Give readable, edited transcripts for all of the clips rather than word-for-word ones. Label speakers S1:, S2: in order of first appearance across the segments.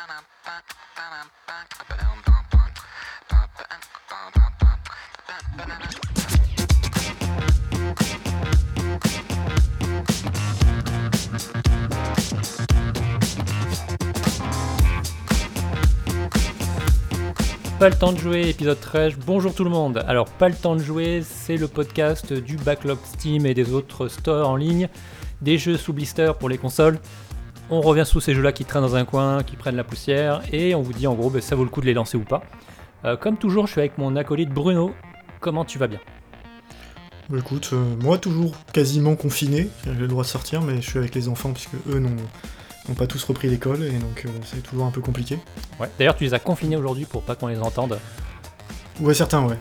S1: Pas le temps de jouer, épisode 13. Bonjour tout le monde. Alors, Pas le temps de jouer, c'est le podcast du backlog Steam et des autres stores en ligne, des jeux sous blister pour les consoles. On revient sous ces jeux-là qui traînent dans un coin, qui prennent la poussière, et on vous dit en gros, ça vaut le coup de les lancer ou pas. Comme toujours, je suis avec mon acolyte Bruno. Comment tu vas bien ?
S2: Bah écoute, moi toujours quasiment confiné, j'ai le droit de sortir, mais je suis avec les enfants puisque eux n'ont pas tous repris l'école et donc c'est toujours un peu compliqué.
S1: Ouais. D'ailleurs, tu les as confinés aujourd'hui pour pas qu'on les entende.
S2: Ouais, certains, ouais.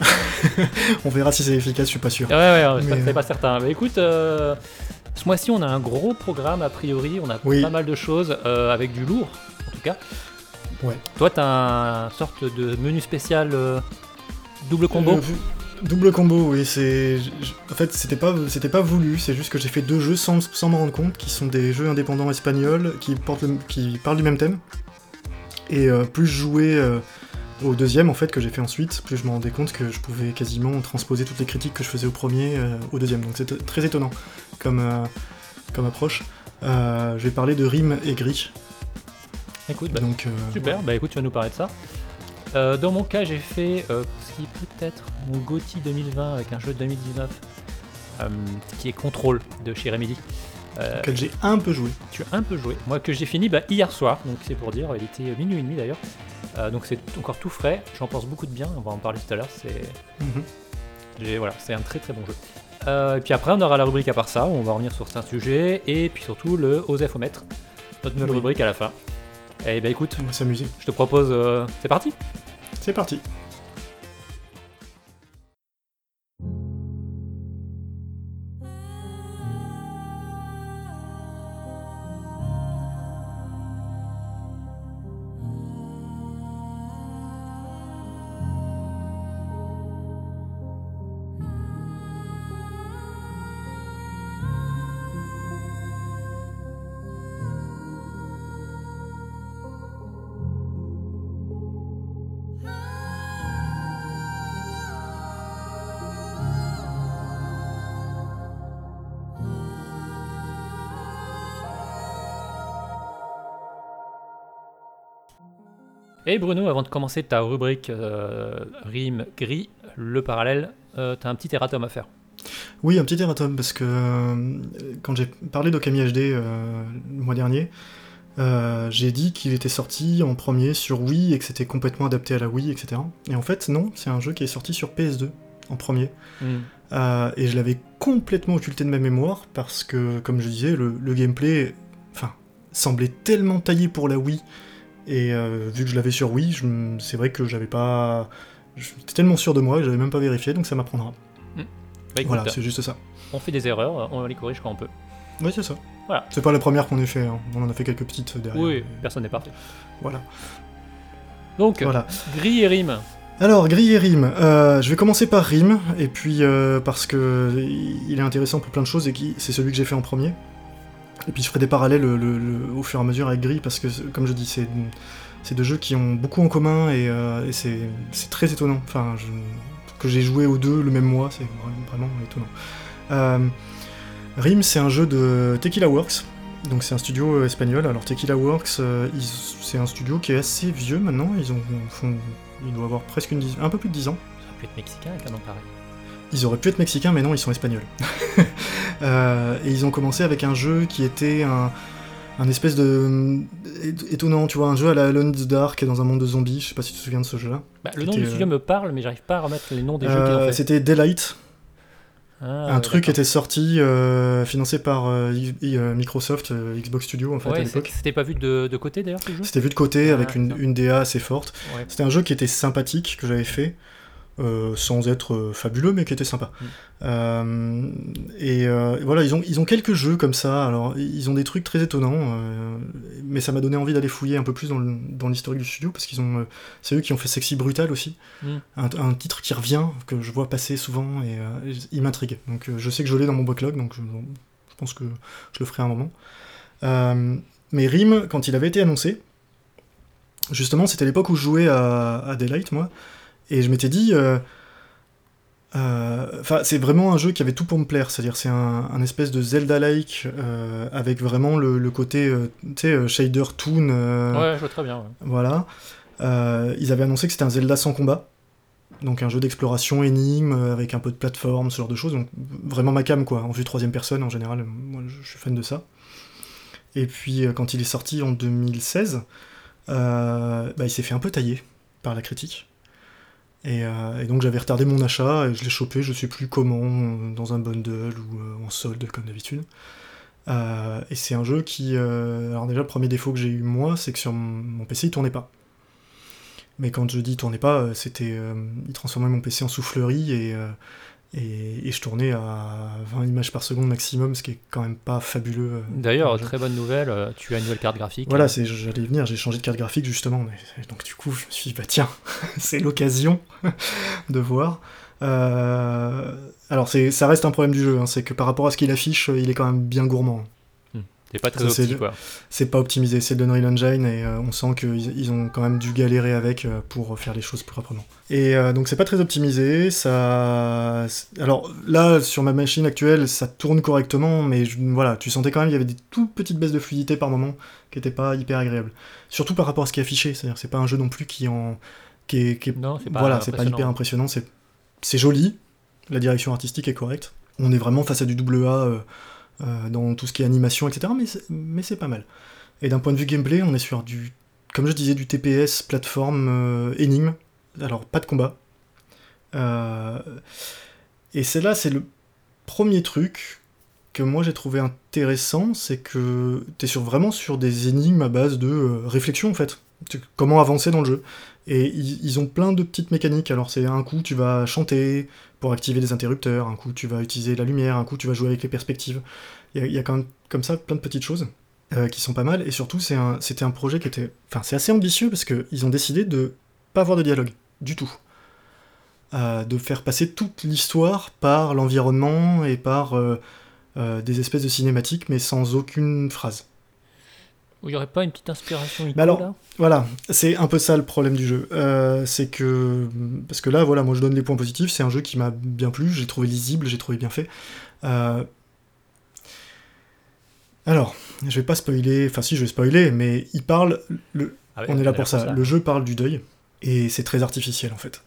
S2: On verra si c'est efficace, je suis pas sûr.
S1: Ouais, c'est pas certain. Mais écoute, ce mois-ci, on a un gros programme a priori, on a pas mal de choses avec du lourd, en tout cas.
S2: Ouais.
S1: Toi, t'as une sorte de menu spécial double combo.
S2: Double combo, oui, en fait, c'était pas voulu, c'est juste que j'ai fait deux jeux sans m'en rendre compte, qui sont des jeux indépendants espagnols, qui parlent du même thème. Et plus je jouais au deuxième, en fait, que j'ai fait ensuite, plus je me rendais compte que je pouvais quasiment transposer toutes les critiques que je faisais au premier au deuxième. Donc c'était très étonnant comme approche. Je vais parler de Rime et Gris.
S1: Écoute,
S2: donc,
S1: super,
S2: ouais.
S1: Bah écoute, tu vas nous parler de ça. Dans mon cas, j'ai fait ce qui est peut-être mon GOTY 2020 avec un jeu de 2019 qui est Control de chez Remedy.
S2: Auquel j'ai un peu joué.
S1: Tu as un peu joué. Moi, que j'ai fini hier soir, donc c'est pour dire, il était minuit et demi d'ailleurs. Donc c'est encore tout frais, j'en pense beaucoup de bien, on va en parler tout à l'heure. Voilà, c'est un très très bon jeu. Et puis après, on aura la rubrique à part ça, où on va revenir sur certains sujets, et puis surtout le Osefomètre, notre nouvelle rubrique à la fin. Et bah écoute,
S2: on va s'amuser.
S1: Je te propose, c'est parti ?
S2: C'est parti.
S1: Et Bruno, avant de commencer ta rubrique Rime Gris, le parallèle, t'as un petit erratum à faire.
S2: Oui, un petit erratum, parce que quand j'ai parlé d'Okami HD le mois dernier, j'ai dit qu'il était sorti en premier sur Wii et que c'était complètement adapté à la Wii, etc. Et en fait, non, c'est un jeu qui est sorti sur PS2 en premier. Et je l'avais complètement occulté de ma mémoire, parce que, comme je disais, le gameplay semblait tellement taillé pour la Wii. Et vu que je l'avais sur Wii, c'est vrai que j'étais tellement sûr de moi que j'avais même pas vérifié, donc ça m'apprendra.
S1: Bah, écoute,
S2: voilà, c'est juste ça.
S1: On fait des erreurs, on les corrige quand on peut.
S2: Oui, c'est ça.
S1: Voilà.
S2: C'est pas la première qu'on ait fait, hein. On en a fait quelques petites derrière.
S1: Oui, personne n'est parfait.
S2: Voilà.
S1: Donc,
S2: voilà.
S1: Gris et Rime.
S2: Alors, Gris et Rime. Je vais commencer par Rime, et puis parce que il est intéressant pour plein de choses, et c'est celui que j'ai fait en premier. Et puis je ferai des parallèles au fur et à mesure avec Gris, parce que, comme je dis, c'est deux jeux qui ont beaucoup en commun, et c'est très étonnant. Enfin, que j'ai joué aux deux le même mois, c'est vraiment étonnant. Rime, c'est un jeu de Tequila Works, donc c'est un studio espagnol. Alors Tequila Works, c'est un studio qui est assez vieux maintenant, il doit avoir presque un peu plus de 10 ans.
S1: Ça peut être mexicain avec un nom pareil.
S2: Ils auraient pu être mexicains, mais non, ils sont espagnols. Et ils ont commencé avec un jeu qui était un espèce de... étonnant, tu vois, un jeu à la Alone in the Dark dans un monde de zombies. Je sais pas si tu te souviens de ce jeu-là.
S1: Le nom du studio me parle, mais j'arrive pas à remettre les noms des jeux qu'ils ont fait.
S2: C'était Daylight. Un truc qui était sorti, financé par Microsoft, Xbox Studio en fait, à l'époque.
S1: C'était pas vu de côté d'ailleurs ce jeu ? C'était
S2: vu de côté, avec une DA assez forte.
S1: Ouais.
S2: C'était un jeu qui était sympathique, que j'avais fait. Sans être fabuleux, mais qui était sympa. Voilà, ils ont quelques jeux comme ça. Alors, ils ont des trucs très étonnants, mais ça m'a donné envie d'aller fouiller un peu plus dans l'historique du studio, parce c'est eux qui ont fait Sexy Brutal aussi, un titre qui revient, que je vois passer souvent, et il m'intrigue. Donc, je sais que je l'ai dans mon backlog, donc je pense que je le ferai un moment. Mais Rime, quand il avait été annoncé, justement, c'était l'époque où je jouais à Daylight, moi, et je m'étais dit... c'est vraiment un jeu qui avait tout pour me plaire, c'est-à-dire c'est un espèce de Zelda-like avec vraiment le côté shader toon.
S1: Ouais, je vois très bien. Ouais.
S2: Voilà. Ils avaient annoncé que c'était un Zelda sans combat, donc un jeu d'exploration énigme avec un peu de plateforme, ce genre de choses. Donc vraiment ma cam quoi, en vue troisième personne en général. Moi je suis fan de ça. Et puis quand il est sorti en 2016, il s'est fait un peu tailler par la critique. Et donc j'avais retardé mon achat et je l'ai chopé, je sais plus comment, dans un bundle ou en solde comme d'habitude. Et c'est un jeu qui... alors déjà le premier défaut que j'ai eu moi, c'est que sur mon PC il tournait pas. Mais quand je dis tournait pas, c'était... il transformait mon PC en soufflerie et je tournais à 20 images par seconde maximum, ce qui est quand même pas fabuleux.
S1: D'ailleurs, très bonne nouvelle, tu as une nouvelle carte graphique.
S2: Voilà, j'allais y venir, j'ai changé de carte graphique justement, donc du coup je me suis dit, bah tiens, c'est l'occasion de voir. Alors ça reste un problème du jeu, hein, c'est que par rapport à ce qu'il affiche, il est quand même bien gourmand.
S1: C'est pas très opti, quoi.
S2: C'est pas optimisé, c'est de l'Unreal Engine et on sent qu'ils ont quand même dû galérer avec pour faire les choses plus proprement. Et donc c'est pas très optimisé, ça... Alors là, sur ma machine actuelle, ça tourne correctement, mais voilà, tu sentais quand même qu'il y avait des toutes petites baisses de fluidité par moment qui étaient pas hyper agréables. Surtout par rapport à ce qui est affiché, c'est-à-dire c'est pas un jeu non plus qui est...
S1: Non, c'est pas
S2: voilà, c'est pas hyper impressionnant, c'est joli, la direction artistique est correcte, on est vraiment face à du AA... dans tout ce qui est animation, etc. Mais c'est pas mal. Et d'un point de vue gameplay, on est sur du, comme je disais, du TPS, plateforme, énigme. Alors, pas de combat. Et c'est le premier truc que moi j'ai trouvé intéressant, c'est que t'es vraiment sur des énigmes à base de réflexion, en fait. Comment avancer dans le jeu. Et ils ont plein de petites mécaniques. Alors, c'est un coup, tu vas chanter pour activer des interrupteurs, un coup, tu vas utiliser la lumière, un coup, tu vas jouer avec les perspectives. Il y a quand même comme ça plein de petites choses qui sont pas mal, et surtout c'était un projet qui était... Enfin, c'est assez ambitieux parce qu'ils ont décidé de pas avoir de dialogue, du tout. De faire passer toute l'histoire par l'environnement et par des espèces de cinématiques, mais sans aucune phrase.
S1: Il n'y aurait pas une petite inspiration ico,
S2: alors,
S1: là
S2: voilà, c'est un peu ça le problème du jeu. C'est que... Parce que là, voilà, moi je donne les points positifs, c'est un jeu qui m'a bien plu, j'ai trouvé lisible, j'ai trouvé bien fait. Alors, je vais pas spoiler, enfin si je vais spoiler, mais il parle, on est là pour ça. Le jeu parle du deuil, et c'est très artificiel en fait.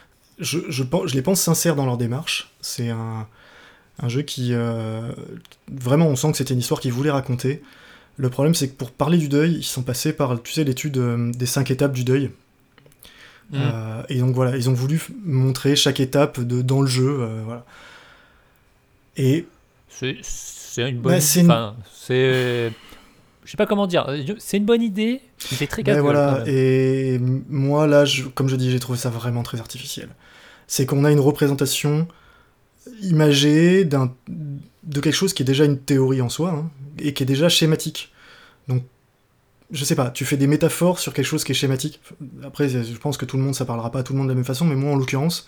S2: Je les pense sincères dans leur démarche, c'est un jeu qui... vraiment on sent que c'était une histoire qu'ils voulaient raconter. Le problème c'est que pour parler du deuil, ils sont passés par, tu sais, l'étude des 5 étapes du deuil. Et donc voilà, ils ont voulu montrer chaque étape dans le jeu, voilà. Et...
S1: C'est une bonne idée. Enfin, je sais pas comment dire. C'est une bonne idée, mais c'est très casse-gueule.
S2: Voilà, et moi là, comme je dis, j'ai trouvé ça vraiment très artificiel. C'est qu'on a une représentation imagée de quelque chose qui est déjà une théorie en soi, hein, et qui est déjà schématique. Donc, je sais pas, tu fais des métaphores sur quelque chose qui est schématique. Après, je pense que tout le monde, ça parlera pas à tout le monde de la même façon, mais moi en l'occurrence,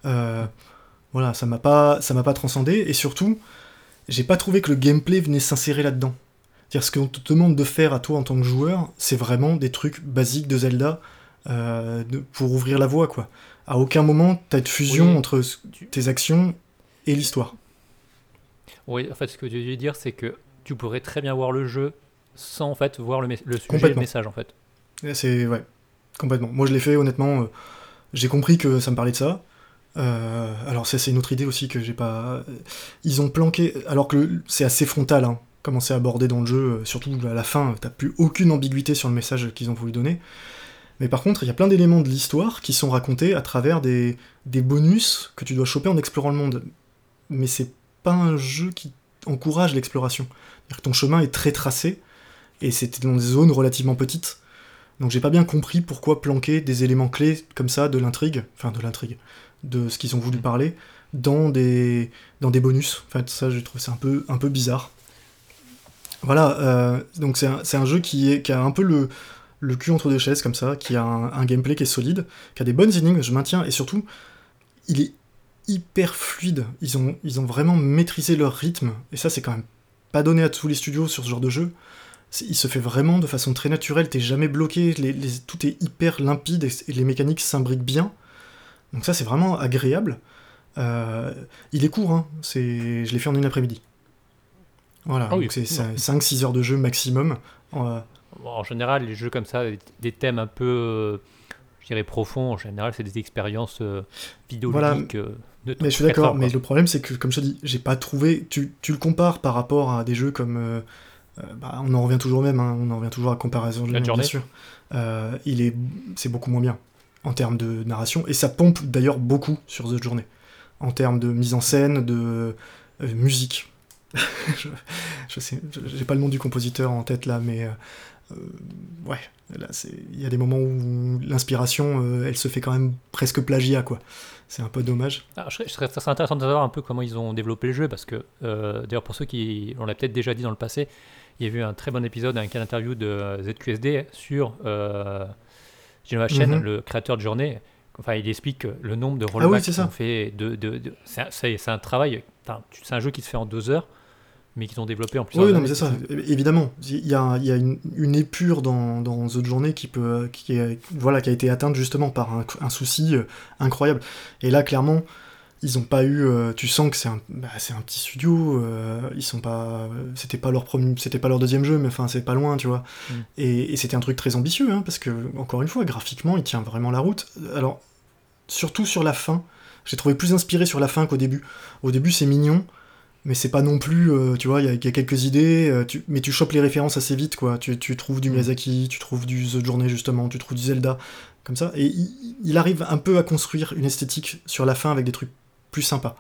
S2: voilà, ça m'a pas transcendé, et surtout... j'ai pas trouvé que le gameplay venait s'insérer là-dedans. C'est-à-dire, ce qu'on te demande de faire à toi en tant que joueur, c'est vraiment des trucs basiques de Zelda pour ouvrir la voie, quoi. À aucun moment, t'as de fusion entre tes actions et l'histoire.
S1: Oui, en fait, ce que tu veux dire, c'est que tu pourrais très bien voir le jeu sans, en fait, voir le sujet, le message, en fait.
S2: C'est, ouais, complètement. Moi, je l'ai fait, honnêtement, j'ai compris que ça me parlait de ça. Alors ça c'est une autre idée aussi que j'ai pas... Ils ont planqué, alors que c'est assez frontal, hein, comment c'est abordé dans le jeu, surtout à la fin, t'as plus aucune ambiguïté sur le message qu'ils ont voulu donner. Mais par contre, il y a plein d'éléments de l'histoire qui sont racontés à travers des bonus que tu dois choper en explorant le monde. Mais c'est pas un jeu qui encourage l'exploration. C'est-à-dire que ton chemin est très tracé, et c'était dans des zones relativement petites. Donc j'ai pas bien compris pourquoi planquer des éléments clés comme ça de l'intrigue, de ce qu'ils ont voulu parler, dans des bonus. En fait, ça, j'ai trouvé ça un peu bizarre. Voilà, donc c'est un jeu qui a un peu le cul entre deux chaises, comme ça, qui a un gameplay qui est solide, qui a des bonnes énigmes, je maintiens, et surtout, il est hyper fluide. Ils ont vraiment maîtrisé leur rythme, et ça, c'est quand même pas donné à tous les studios sur ce genre de jeu. il se fait vraiment de façon très naturelle, t'es jamais bloqué, tout est hyper limpide et les mécaniques s'imbriquent bien. Donc ça, c'est vraiment agréable. Il est court, hein. Je l'ai fait en une après-midi. Voilà,
S1: Ah oui,
S2: donc c'est 5-6 heures de jeu maximum.
S1: Bon, en général, les jeux comme ça, des thèmes un peu, je dirais, profonds, en général, c'est des expériences vidéoludiques de
S2: mais je suis d'accord,
S1: heures,
S2: mais le problème, c'est que, comme je te dis, j'ai pas trouvé... Tu le compares par rapport à des jeux comme... on en revient toujours au même, hein, on en revient toujours à comparaison de bien sûr. C'est beaucoup moins bien en termes de narration, et ça pompe d'ailleurs beaucoup sur The Journey, en termes de mise en scène, de musique. je sais, j'ai pas le nom du compositeur en tête là, mais ouais, là il y a des moments où l'inspiration, elle se fait quand même presque plagiat, quoi. C'est un peu dommage.
S1: Alors, ça serait intéressant de savoir un peu comment ils ont développé le jeu, parce que d'ailleurs pour ceux qui, on l'a peut-être déjà dit dans le passé, il y a eu un très bon épisode avec une interview de ZQSD sur Genova Chen, le créateur de Journée. Enfin, il explique le nombre de rollbacks qu'ils ont fait. C'est un travail, c'est un jeu qui se fait en 2 heures, mais qu'ils ont développé en plusieurs années.
S2: Oui, non, mais c'est ça, évidemment. Il y a une épure dans The Journey qui a été atteinte justement par un souci incroyable. Et là, clairement, ils ont pas eu... tu sens que c'est un petit studio, ils sont pas... C'était pas leur deuxième jeu, mais enfin, c'est pas loin, tu vois. Et c'était un truc très ambitieux, hein, parce que, encore une fois, graphiquement, il tient vraiment la route. Alors, surtout sur la fin, j'ai trouvé plus inspiré sur la fin qu'au début. Au début, c'est mignon, mais c'est pas non plus, tu vois, il y a quelques idées, mais tu chopes les références assez vite, quoi. Tu trouves du Miyazaki, tu trouves du The Journey, justement, tu trouves du Zelda, comme ça, et il arrive un peu à construire une esthétique sur la fin avec des trucs plus sympas.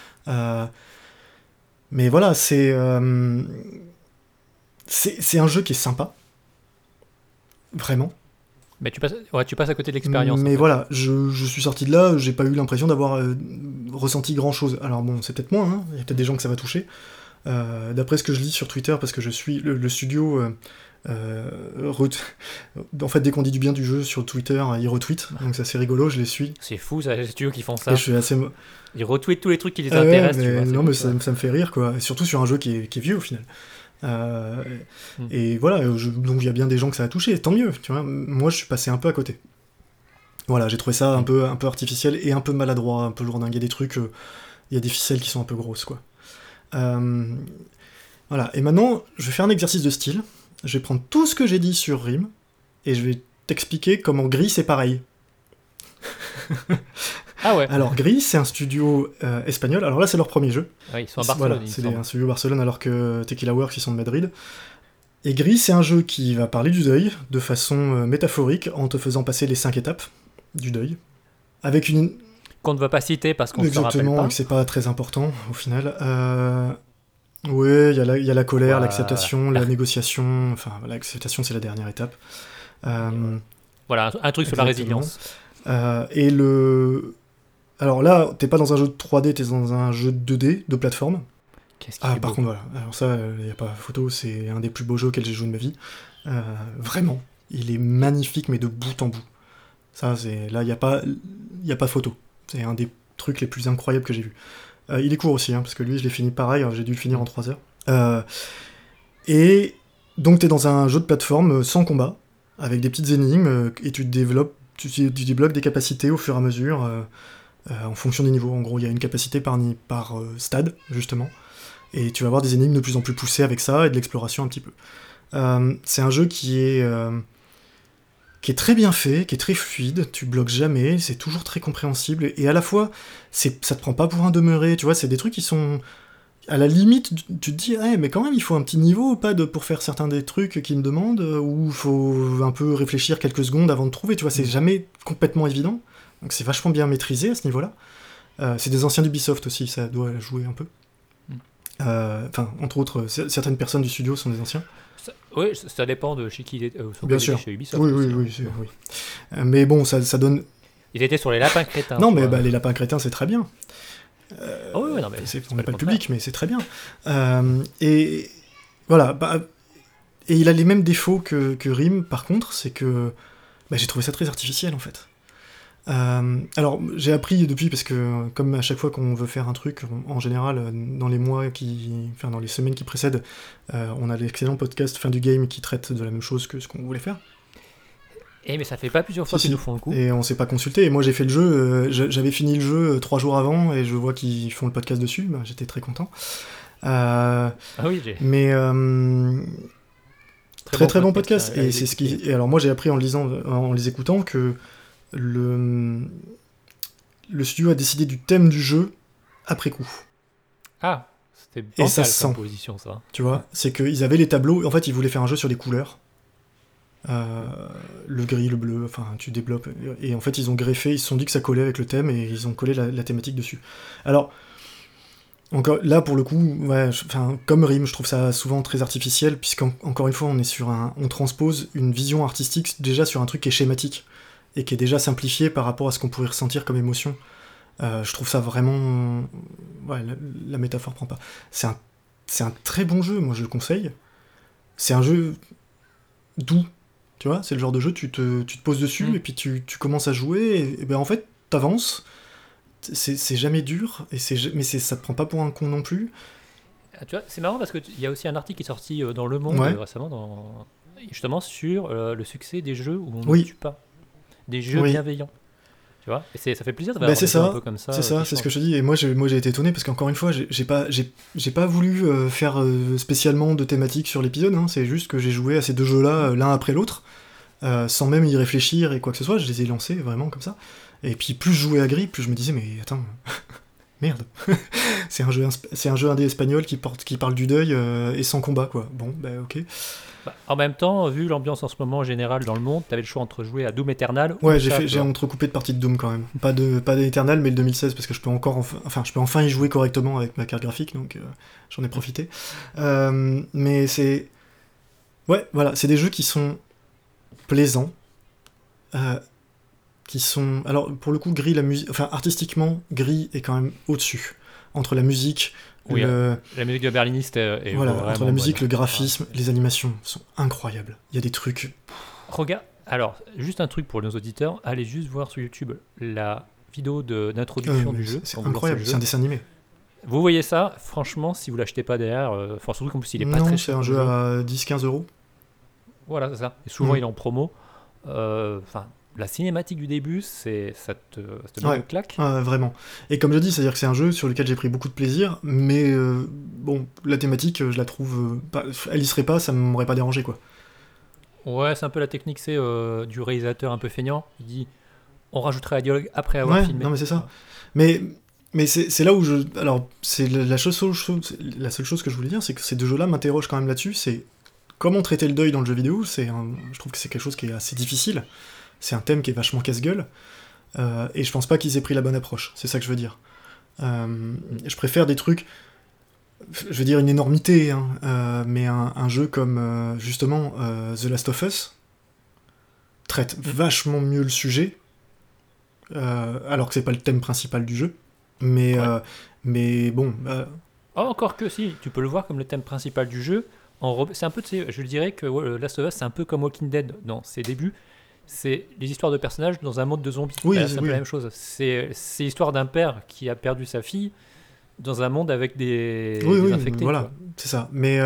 S2: Mais voilà, c'est un jeu qui est sympa, vraiment.
S1: Mais tu passes à côté de l'expérience.
S2: Mais voilà, je suis sorti de là, j'ai pas eu l'impression d'avoir ressenti grand chose. Alors bon, c'est peut-être moi, hein, il y a peut-être des gens que ça va toucher. D'après ce que je lis sur Twitter, parce que je suis le studio, en fait, dès qu'on dit du bien du jeu sur Twitter, ils retweetent, donc ça c'est rigolo, je les suis.
S1: C'est fou, ça, les studios qui font ça.
S2: Et je suis assez...
S1: Ils retweetent tous les trucs qui les intéressent.
S2: Mais,
S1: tu vois,
S2: non,
S1: cool,
S2: mais ça me fait rire, quoi. Et surtout sur un jeu qui est vieux au final. Et voilà, donc il y a bien des gens que ça a touché, tant mieux, tu vois. Moi je suis passé un peu à côté. Voilà, j'ai trouvé ça un peu artificiel et un peu maladroit, un peu lourdingue. Il y a des trucs, il y a des ficelles qui sont un peu grosses, quoi. Voilà, et maintenant je vais faire un exercice de style. Je vais prendre tout ce que j'ai dit sur Rim et je vais t'expliquer comment Gris c'est pareil.
S1: Ah ouais.
S2: Alors Gris, c'est un studio espagnol. Alors là, c'est leur premier jeu.
S1: Ouais, ils sont à Barcelone.
S2: Voilà, c'est un studio Barcelone, alors que Tequila Works, ils sont de Madrid. Et Gris, c'est un jeu qui va parler du deuil de façon métaphorique, en te faisant passer les 5 étapes du deuil, avec une...
S1: qu'on ne va pas citer parce qu'on ne se rappelle pas.
S2: Exactement, que c'est pas très important au final. Oui, il y a la colère, l'acceptation, la négociation. Enfin, l'acceptation, c'est la dernière étape.
S1: Voilà, un truc sur la résilience.
S2: Alors là, t'es pas dans un jeu de 3D, t'es dans un jeu de 2D, de plateforme. Par contre, voilà. Alors ça, il n'y a pas photo, c'est un des plus beaux jeux auxquels j'ai joué de ma vie. Vraiment. Il est magnifique, mais de bout en bout. Ça, c'est... Là, il n'y a pas photo. C'est un des trucs les plus incroyables que j'ai vu. Il est court aussi, hein, parce que lui, je l'ai fini pareil, j'ai dû le finir en 3 heures. Et donc, t'es dans un jeu de plateforme sans combat, avec des petites énigmes, et tu débloques des capacités au fur et à mesure, en fonction des niveaux. En gros, il y a une capacité par stade, justement, et tu vas avoir des énigmes de plus en plus poussées avec ça, et de l'exploration un petit peu. C'est un jeu qui est très bien fait, qui est très fluide, tu bloques jamais, c'est toujours très compréhensible, et à la fois, ça te prend pas pour un demeuré, tu vois, c'est des trucs qui sont... À la limite, tu te dis, mais quand même, il faut un petit niveau, pour faire certains des trucs qu'ils me demandent, où il faut un peu réfléchir quelques secondes avant de trouver, tu vois, c'est jamais complètement évident, donc c'est vachement bien maîtrisé à ce niveau-là. C'est des anciens d'Ubisoft aussi, ça doit jouer un peu. Enfin, entre autres, certaines personnes du studio sont des anciens.
S1: Oui, ça dépend de chez qui il est.
S2: Bien sûr.
S1: Chez Ubisoft.
S2: Oui. Mais bon, ça donne...
S1: Ils étaient sur les lapins crétins.
S2: Non, mais les lapins crétins, c'est très bien.
S1: Oui, non, mais
S2: on n'est pas le public, mais c'est très bien. Et voilà. Et il a les mêmes défauts que Rim, par contre, c'est que j'ai trouvé ça très artificiel, en fait. Alors, j'ai appris depuis, parce que comme à chaque fois qu'on veut faire un truc, en général, dans les enfin dans les semaines qui précèdent, on a l'excellent podcast Fin du Game qui traite de la même chose que ce qu'on voulait faire.
S1: Mais ça fait pas plusieurs fois qu'ils nous font le coup.
S2: Et on s'est pas consulté, et moi j'ai fait le jeu, j'avais fini le jeu 3 jours avant, et je vois qu'ils font le podcast dessus, bah, j'étais très content.
S1: Ah oui,
S2: mais très bon podcast. Et c'est ce qui. Et alors moi j'ai appris en les écoutant que le studio a décidé du thème du jeu après coup.
S1: Ah, c'était bancal comme position, ça.
S2: Tu vois, c'est qu'ils avaient les tableaux. En fait, ils voulaient faire un jeu sur des couleurs. Le gris, le bleu, enfin tu développes. Et en fait, ils ont greffé, ils se sont dit que ça collait avec le thème et ils ont collé la thématique dessus. Alors. Encore, là, pour le coup, ouais, comme Rime, je trouve ça souvent très artificiel, puisqu'encore une fois, on transpose une vision artistique déjà sur un truc qui est schématique, et qui est déjà simplifié par rapport à ce qu'on pourrait ressentir comme émotion. Je trouve ça vraiment... Ouais, la métaphore prend pas. C'est un très bon jeu, moi je le conseille. C'est un jeu doux, tu vois, c'est le genre de jeu, tu te poses dessus, et puis tu commences à jouer, et ben en fait, t'avances. C'est jamais dur, mais ça te prend pas pour un con non plus.
S1: Tu vois, c'est marrant parce qu'il y a aussi un article qui est sorti dans Le Monde récemment, justement sur le succès des jeux où on ne tue pas. Des jeux bienveillants. Tu vois, et ça fait plaisir de voir des jeux un peu comme ça.
S2: C'est ça, c'est ce que je te dis. Et moi j'ai été étonné parce qu'encore une fois, j'ai pas voulu faire spécialement de thématique sur l'épisode. Hein. C'est juste que j'ai joué à ces deux jeux-là l'un après l'autre, sans même y réfléchir et quoi que ce soit. Je les ai lancés vraiment comme ça. Et puis plus je jouais à Gris, plus je me disais, mais attends, merde, c'est un jeu indé espagnol qui parle du deuil et sans combat, quoi. Bon, bah ok.
S1: En même temps, vu l'ambiance en ce moment générale dans le monde, t'avais le choix entre jouer à Doom Eternal
S2: ou j'ai entrecoupé de parties de Doom quand même. Pas d'Eternal, mais le 2016, parce que je peux enfin y jouer correctement avec ma carte graphique, donc j'en ai profité. Mais c'est... Ouais, voilà, c'est des jeux qui sont plaisants, qui sont... Alors, pour le coup, Gris, artistiquement, Gris est quand même au-dessus. Entre la musique...
S1: Oui, la musique de Berliniste est
S2: voilà, entre la musique, le graphisme, les animations sont incroyables. Il y a des trucs...
S1: Regarde, alors, juste un truc pour nos auditeurs, allez juste voir sur YouTube la vidéo d'introduction du jeu.
S2: C'est incroyable, c'est un dessin animé.
S1: Vous voyez ça, franchement, si vous l'achetez pas derrière, surtout qu'en plus il est pas très cher.
S2: Non, c'est un jeu à 10-15 euros.
S1: Voilà, c'est ça. Et souvent il est en promo. La cinématique du début, ça te donne une claque.
S2: Vraiment. Et comme je dis, c'est-à-dire que c'est un jeu sur lequel j'ai pris beaucoup de plaisir, mais bon, la thématique, je la trouve... elle y serait pas, ça m'aurait pas dérangé, quoi.
S1: Ouais, c'est un peu la technique, c'est du réalisateur un peu feignant. Il dit, on rajouterait un dialogue après avoir filmé.
S2: Non, mais c'est ça. Mais c'est là où alors, c'est la seule chose que je voulais dire, c'est que ces deux jeux-là m'interrogent quand même là-dessus, c'est comment traiter le deuil dans le jeu vidéo, je trouve que c'est quelque chose qui est assez difficile. C'est un thème qui est vachement casse-gueule, et je pense pas qu'ils aient pris la bonne approche, c'est ça que je veux dire. Je préfère des trucs, je veux dire une énormité, hein, mais un jeu comme, justement, The Last of Us traite vachement mieux le sujet, alors que c'est pas le thème principal du jeu, mais bon...
S1: encore que si, tu peux le voir comme le thème principal du jeu, c'est un peu, je dirais que Last of Us, c'est un peu comme Walking Dead dans ses débuts. C'est les histoires de personnages dans un monde de zombies. C'est un peu la même chose. C'est l'histoire d'un père qui a perdu sa fille dans un monde avec des infectés.
S2: Voilà, c'est ça. Mais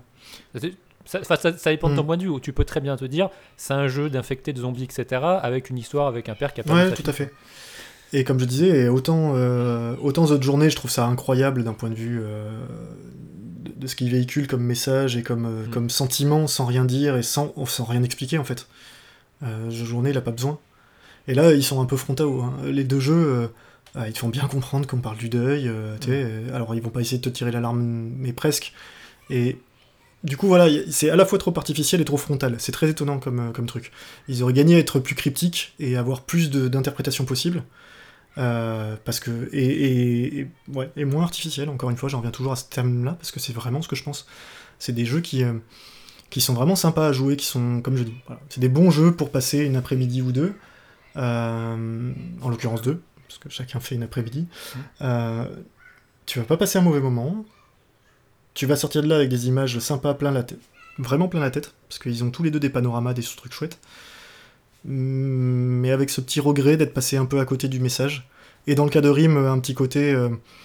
S1: ça dépend de ton point de vue. Où tu peux très bien te dire, c'est un jeu d'infectés, de zombies, etc. avec une histoire avec un père qui a perdu sa fille.
S2: Ouais, tout à fait. Et comme je disais, autant The Journey, je trouve ça incroyable d'un point de vue de ce qu'il véhicule comme message et comme sentiment, sans rien dire et sans rien expliquer en fait. The Journée, il a pas besoin. Et là, ils sont un peu frontaux. Hein. Les deux jeux, ils te font bien comprendre qu'on parle du deuil. Alors, ils vont pas essayer de te tirer l'alarme, mais presque. Et du coup, voilà, c'est à la fois trop artificiel et trop frontal. C'est très étonnant comme truc. Ils auraient gagné à être plus cryptiques et avoir plus d'interprétations possibles. Parce que et moins artificiel. Encore une fois, j'en reviens toujours à ce terme-là parce que c'est vraiment ce que je pense. C'est des jeux qui sont vraiment sympas à jouer, qui sont, comme je dis, voilà. C'est des bons jeux pour passer une après-midi ou deux, en l'occurrence 2, parce que chacun fait une après-midi. Tu vas pas passer un mauvais moment, tu vas sortir de là avec des images sympas, vraiment plein la tête, parce qu'ils ont tous les deux des panoramas, des trucs chouettes. mais avec ce petit regret d'être passé un peu à côté du message. Et dans le cas de Rim, un petit côté,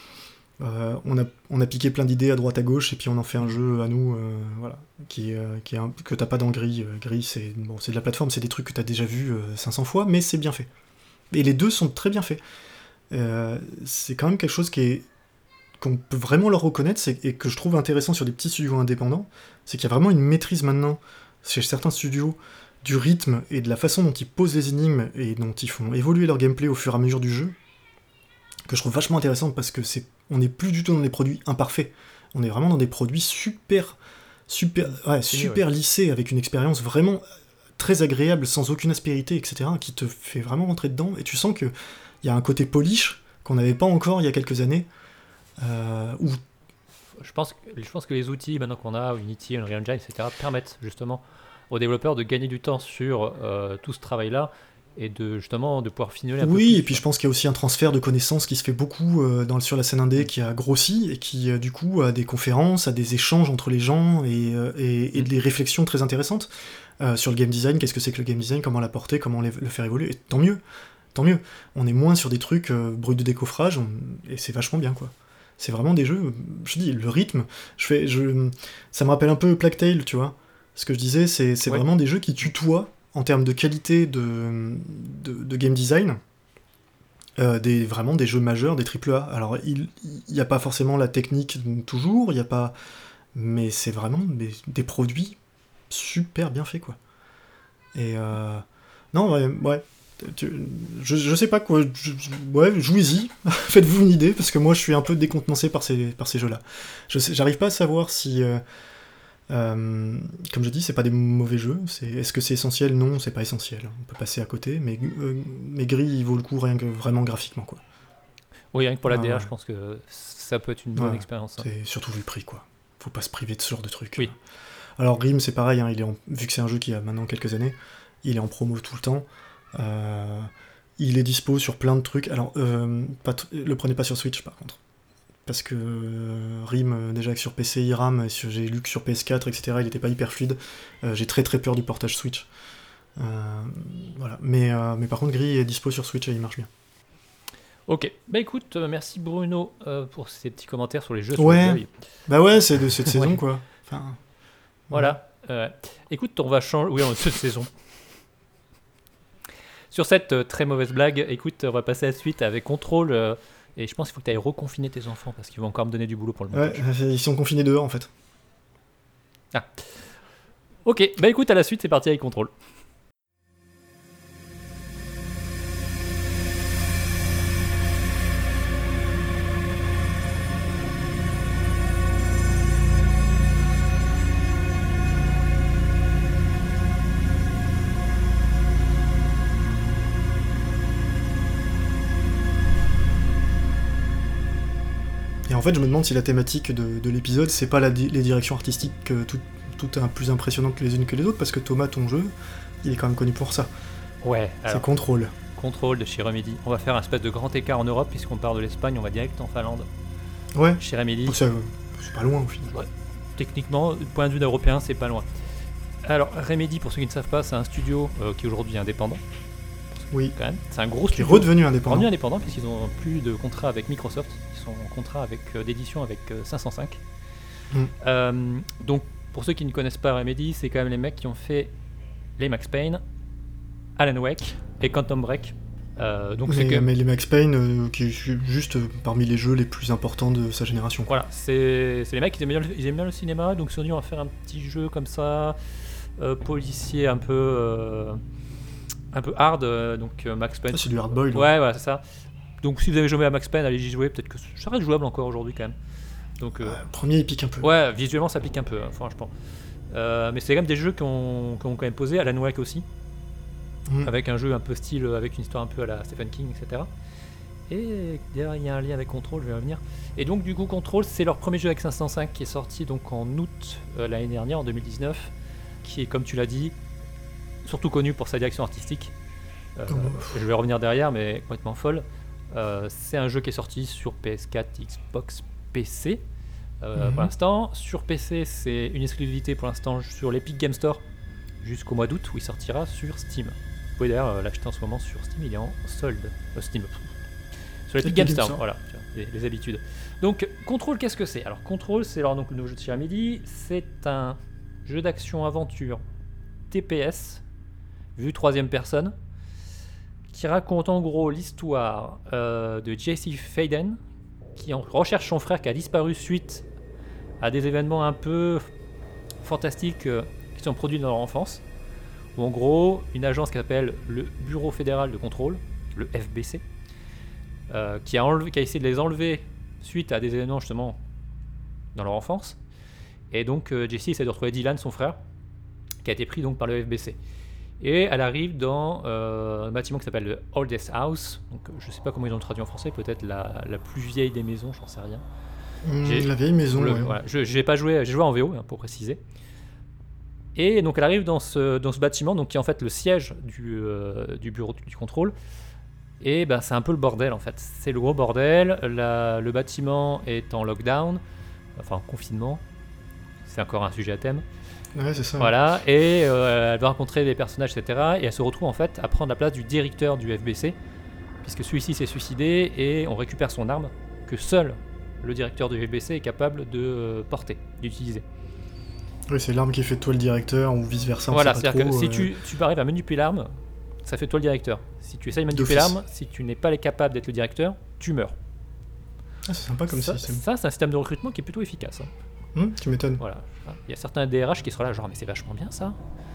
S2: on a piqué plein d'idées à droite à gauche, et puis on en fait un jeu à nous, voilà, que t'as pas dans Gris. Gris, c'est de la plateforme, c'est des trucs que t'as déjà vu 500 fois, mais c'est bien fait. Et les deux sont très bien faits. C'est quand même quelque chose qu'on peut vraiment leur reconnaître, et que je trouve intéressant sur des petits studios indépendants, c'est qu'il y a vraiment une maîtrise maintenant, chez certains studios, du rythme et de la façon dont ils posent les énigmes et dont ils font évoluer leur gameplay au fur et à mesure du jeu, que je trouve vachement intéressante, parce que on n'est plus du tout dans des produits imparfaits, on est vraiment dans des produits super lissés, avec une expérience vraiment très agréable, sans aucune aspérité, etc., qui te fait vraiment rentrer dedans, et tu sens qu'il y a un côté polish qu'on n'avait pas encore il y a quelques années, où...
S1: Je pense que les outils maintenant qu'on a, Unity, Unreal Engine, etc., permettent justement aux développeurs de gagner du temps sur tout ce travail-là, et justement de pouvoir filer un peu plus.
S2: Oui, et puis je pense qu'il y a aussi un transfert de connaissances qui se fait beaucoup sur la scène indé, qui a grossi, et qui du coup a des conférences, a des échanges entre les gens, et des réflexions très intéressantes sur le game design. Qu'est-ce que c'est que le game design, comment l'apporter, comment le faire évoluer, et tant mieux. On est moins sur des trucs bruts de décoffrage, et c'est vachement bien, quoi. C'est vraiment des jeux, je dis, le rythme, ça me rappelle un peu Plague Tale, tu vois. Ce que je disais, c'est vraiment des jeux qui tutoient en termes de qualité de game design, vraiment des jeux majeurs, des AAA. Alors, il n'y a pas forcément la technique toujours, mais c'est vraiment des produits super bien faits, quoi. Et non, ouais. Je sais pas quoi. Ouais, jouez-y. Faites-vous une idée, parce que moi je suis un peu décontenancé par ces jeux-là. J'arrive pas à savoir si. Comme je dis, c'est pas des mauvais jeux. Est-ce que c'est essentiel ? Non, c'est pas essentiel. On peut passer à côté, mais Gris, il vaut le coup rien que vraiment graphiquement, quoi.
S1: Oui, rien que pour la DA, je pense que ça peut être une bonne expérience. Hein.
S2: C'est surtout vu le prix, quoi. Faut pas se priver de ce genre de trucs.
S1: Oui.
S2: Alors Rim, c'est pareil, hein, vu que c'est un jeu qui a maintenant quelques années, il est en promo tout le temps. Il est dispo sur plein de trucs. Alors, le prenez pas sur Switch, par contre. Parce que Rim, déjà que sur PC il rame, j'ai lu que sur PS4, etc., il était pas hyper fluide. J'ai très très peur du portage Switch. Voilà. Mais par contre, Gris est dispo sur Switch et il marche bien.
S1: Ok, bah écoute, merci Bruno pour ces petits commentaires sur les jeux.
S2: Ouais, bah ouais, c'est de cette saison, quoi. Enfin,
S1: voilà. Écoute, on va changer. Oui, cette saison. Sur cette très mauvaise blague, écoute, on va passer à la suite avec Control. Et je pense qu'il faut que tu ailles reconfiner tes enfants, parce qu'ils vont encore me donner du boulot pour le montage.
S2: Ouais, ils sont confinés dehors, en fait.
S1: Ah. Ok, bah écoute, à la suite, c'est parti avec Control.
S2: Et en fait, je me demande si la thématique de l'épisode, c'est pas les directions artistiques toutes plus impressionnantes les unes que les autres, parce que Thomas, ton jeu, il est quand même connu pour ça.
S1: Ouais.
S2: C'est Control.
S1: Control de chez Remedy. On va faire un espèce de grand écart en Europe, puisqu'on part de l'Espagne, on va direct en Finlande.
S2: Ouais.
S1: Chez Remedy.
S2: C'est pas loin au final.
S1: Ouais. Techniquement, du point de vue d'Européen, c'est pas loin. Alors, Remedy, pour ceux qui ne savent pas, c'est un studio qui est aujourd'hui indépendant.
S2: Oui.
S1: Quand même. C'est un gros studio.
S2: Qui est redevenu indépendant.
S1: Redevenu indépendant, puisqu'ils ont plus de contrat avec Microsoft. Ils sont en contrat d'édition avec 505. Donc, pour ceux qui ne connaissent pas Remedy, c'est quand même les mecs qui ont fait les Max Payne, Alan Wake et Quantum Break.
S2: Mais les Max Payne, qui est juste parmi les jeux les plus importants de sa génération.
S1: Voilà, c'est les mecs, ils aiment bien le cinéma, donc ils se sont dit on va faire un petit jeu comme ça, policier un peu hard, donc Max Payne.
S2: C'est du hard boil.
S1: Ouais, voilà, c'est ça. Donc si vous avez joué à Max Payne, allez y jouer, peut-être que ça reste jouable encore aujourd'hui quand même. Donc,
S2: premier, il pique un peu.
S1: Ouais, visuellement ça pique un peu, hein, franchement. Mais c'est quand même des jeux qui ont quand même posé, Alan Wake aussi. Avec un jeu un peu style, avec une histoire un peu à la Stephen King, etc. Et d'ailleurs, il y a un lien avec Control, je vais revenir. Et donc, du coup, Control, c'est leur premier jeu avec 505 qui est sorti donc en août l'année dernière, en 2019, qui est, comme tu l'as dit, surtout connu pour sa direction artistique. Je vais revenir derrière, mais complètement folle. C'est un jeu qui est sorti sur PS4, Xbox, PC. Pour l'instant, sur PC, c'est une exclusivité pour l'instant sur l'Epic Game Store jusqu'au mois d'août où il sortira sur Steam. Vous pouvez d'ailleurs l'acheter en ce moment sur Steam, il est en solde. Steam. Sur l'Epic Games Store, voilà, les habitudes. Donc, Control, qu'est-ce que c'est? Alors, Control, c'est alors, donc, le nouveau jeu de chez Remedy. C'est un jeu d'action-aventure TPS, vue troisième personne, qui raconte en gros l'histoire de Jesse Faden, qui recherche son frère qui a disparu suite à des événements un peu fantastiques qui sont produits dans leur enfance. Où en gros, une agence qui s'appelle le Bureau Fédéral de Contrôle, le FBC, qui a essayé de les enlever suite à des événements justement dans leur enfance. Et donc Jesse essaie de retrouver Dylan, son frère, qui a été pris donc par le FBC. Et elle arrive dans un bâtiment qui s'appelle le Oldest House. Donc je sais pas comment ils ont traduit en français, peut-être la plus vieille des maisons, j'en sais rien.
S2: La vieille maison, ouais.
S1: Voilà, j'ai pas joué, j'ai joué en VO pour préciser. Et donc elle arrive dans ce bâtiment, donc qui est en fait le siège du bureau du contrôle. Et ben c'est un peu le bordel en fait. C'est le gros bordel. Le bâtiment est en lockdown, enfin en confinement. C'est encore un sujet à thème.
S2: Ouais, c'est ça.
S1: Voilà, et elle va rencontrer des personnages, etc. Et elle se retrouve en fait à prendre la place du directeur du FBC, puisque celui-ci s'est suicidé et on récupère son arme que seul le directeur du FBC est capable de porter, d'utiliser.
S2: Oui, c'est l'arme qui fait de toi le directeur ou vice versa.
S1: Voilà, c'est-à-dire que si tu arrives à manipuler l'arme, ça fait de toi le directeur. Si tu essayes de manipuler l'arme, si tu n'es pas capable d'être le directeur, tu meurs.
S2: Ah, c'est sympa comme système.
S1: Ça, c'est un système de recrutement qui est plutôt efficace.
S2: Tu m'étonnes.
S1: Voilà. Il y a certains DRH qui seront là, genre, mais c'est vachement bien ça.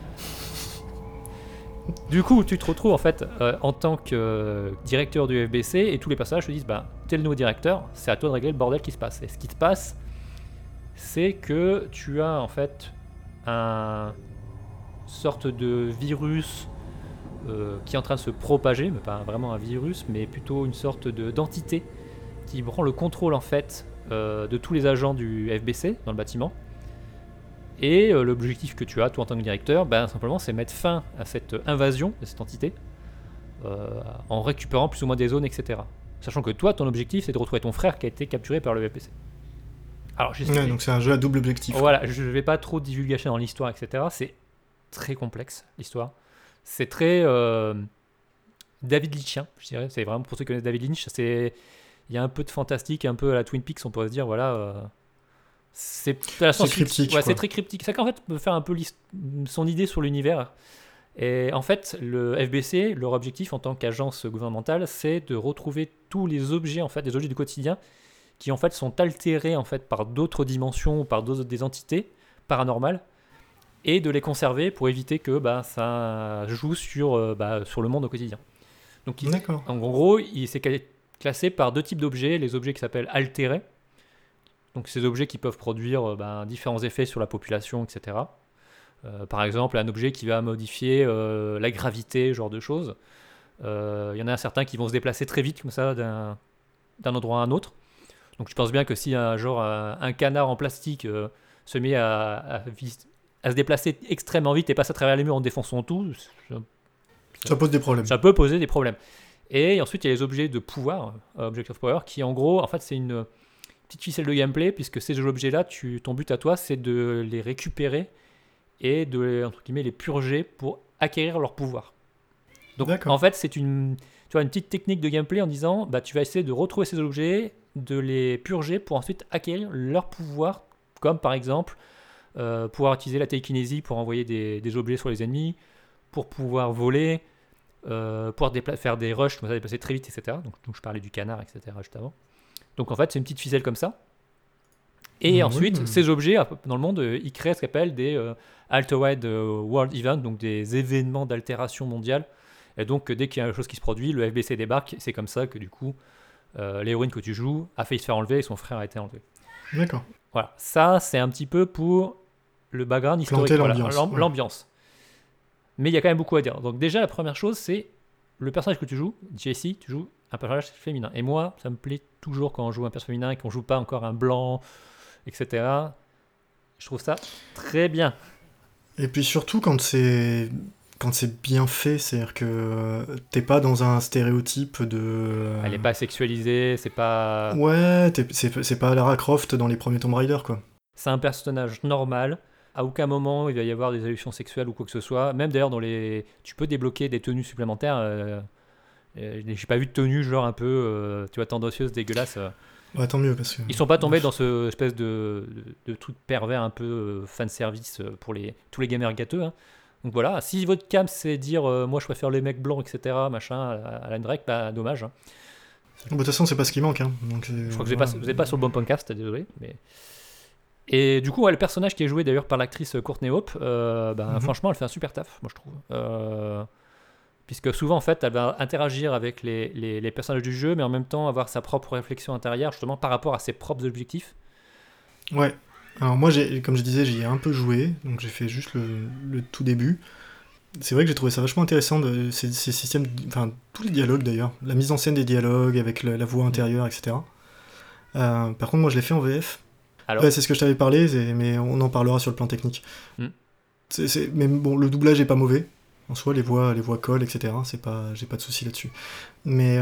S1: Du coup, tu te retrouves en fait en tant que directeur du FBC et tous les personnages te disent, bah, t'es le nouveau directeur, c'est à toi de régler le bordel qui se passe. Et ce qui se passe, c'est que tu as en fait un sorte de virus qui est en train de se propager, mais pas vraiment un virus, mais plutôt une sorte d'entité qui prend le contrôle en fait de tous les agents du FBC dans le bâtiment. Et l'objectif que tu as, toi en tant que directeur, ben, simplement c'est mettre fin à cette invasion de cette entité en récupérant plus ou moins des zones, etc. Sachant que toi, ton objectif c'est de retrouver ton frère qui a été capturé par le FBC. Alors,
S2: ouais, donc c'est un jeu à double objectif.
S1: Voilà, je vais pas trop divulgacher dans l'histoire, etc. C'est très complexe l'histoire. C'est très David Lynchien, je dirais. C'est vraiment pour ceux qui connaissent David Lynch. Il y a un peu de fantastique, un peu à la Twin Peaks, on pourrait se dire, voilà. C'est
S2: cryptique.
S1: Ouais, c'est très cryptique. C'est qu'en fait, peut faire un peu son idée sur l'univers. Et en fait, le FBC, leur objectif en tant qu'agence gouvernementale, c'est de retrouver tous les objets, en fait, des objets du quotidien, qui en fait sont altérés en fait par d'autres dimensions ou par des entités paranormales, et de les conserver pour éviter que ça joue sur le monde au quotidien. Donc, en gros, il s'est classé par deux types d'objets, les objets qui s'appellent altérés. Donc ces objets qui peuvent produire différents effets sur la population, etc. Par exemple, un objet qui va modifier la gravité, ce genre de choses. Il y en a certains qui vont se déplacer très vite, comme ça, d'un endroit à un autre. Donc je pense bien que si un canard en plastique se met à se déplacer extrêmement vite et passe à travers les murs en défonçant tout,
S2: ça pose des problèmes.
S1: Ça peut poser des problèmes. Et ensuite, il y a les objets de pouvoir, Object of Power, qui en gros, en fait, c'est une petite ficelle de gameplay, puisque ces objets-là, ton but à toi, c'est de les récupérer et de entre guillemets, les purger pour acquérir leur pouvoir. Donc en fait, c'est une petite technique de gameplay en disant, tu vas essayer de retrouver ces objets, de les purger pour ensuite acquérir leur pouvoir, comme par exemple pouvoir utiliser la télékinésie pour envoyer des objets sur les ennemis, pour pouvoir voler, pouvoir faire des rushs, comme ça, déplacer très vite, etc. Donc je parlais du canard, etc. juste avant. Donc en fait, c'est une petite ficelle comme ça. Et ensuite, ces objets, dans le monde, ils créent ce qu'on appelle des Altered World Events, donc des événements d'altération mondiale. Et donc, dès qu'il y a quelque chose qui se produit, le FBC débarque. C'est comme ça que, du coup, l'héroïne que tu joues a failli se faire enlever et son frère a été enlevé.
S2: D'accord.
S1: Voilà, ça, c'est un petit peu pour le background historique, l'ambiance. Mais il y a quand même beaucoup à dire. Donc déjà, la première chose, c'est le personnage que tu joues, Jessie, tu joues un personnage féminin. Et moi, ça me plaît toujours quand on joue un personnage féminin et qu'on joue pas encore un blanc, etc. Je trouve ça très bien.
S2: Et puis surtout quand c'est bien fait, c'est-à-dire que t'es pas dans un stéréotype de...
S1: Elle est pas sexualisée, c'est pas...
S2: Ouais, c'est pas Lara Croft dans les premiers Tomb Raider, quoi.
S1: C'est un personnage normal, À aucun moment il va y avoir des allusions sexuelles ou quoi que ce soit. Même d'ailleurs, tu peux débloquer des tenues supplémentaires. J'ai pas vu de tenue genre un peu, tu vois, tendancieuse, dégueulasse.
S2: Ouais, tant mieux, parce que...
S1: Ils sont pas tombés dans ce espèce de truc pervers un peu fan service pour tous les gamers gâteux. Hein. Donc voilà, si votre cam c'est dire moi je préfère les mecs blancs, etc., machin, à la Drake, bah dommage. Hein.
S2: Bon, de toute façon, c'est pas ce qui manque. Hein. Donc,
S1: je crois que vous n'êtes pas sur le bon podcast, désolé. Mais... Et du coup, ouais, le personnage qui est joué d'ailleurs par l'actrice Courtney Hope, franchement, elle fait un super taf, moi je trouve. Puisque souvent, en fait, elle va interagir avec les personnages du jeu, mais en même temps avoir sa propre réflexion intérieure, justement, par rapport à ses propres objectifs.
S2: Ouais. Alors moi, comme je disais, j'y ai un peu joué, donc j'ai fait juste le tout début. C'est vrai que j'ai trouvé ça vachement intéressant, ces systèmes, enfin, tous les dialogues d'ailleurs, la mise en scène des dialogues avec la voix intérieure, etc. Par contre, moi, je l'ai fait en VF. Alors ouais, c'est ce que je t'avais parlé, mais on en parlera sur le plan technique. Mais bon, le doublage est pas mauvais. En soi, les voix collent, etc. J'ai pas de soucis là-dessus. Mais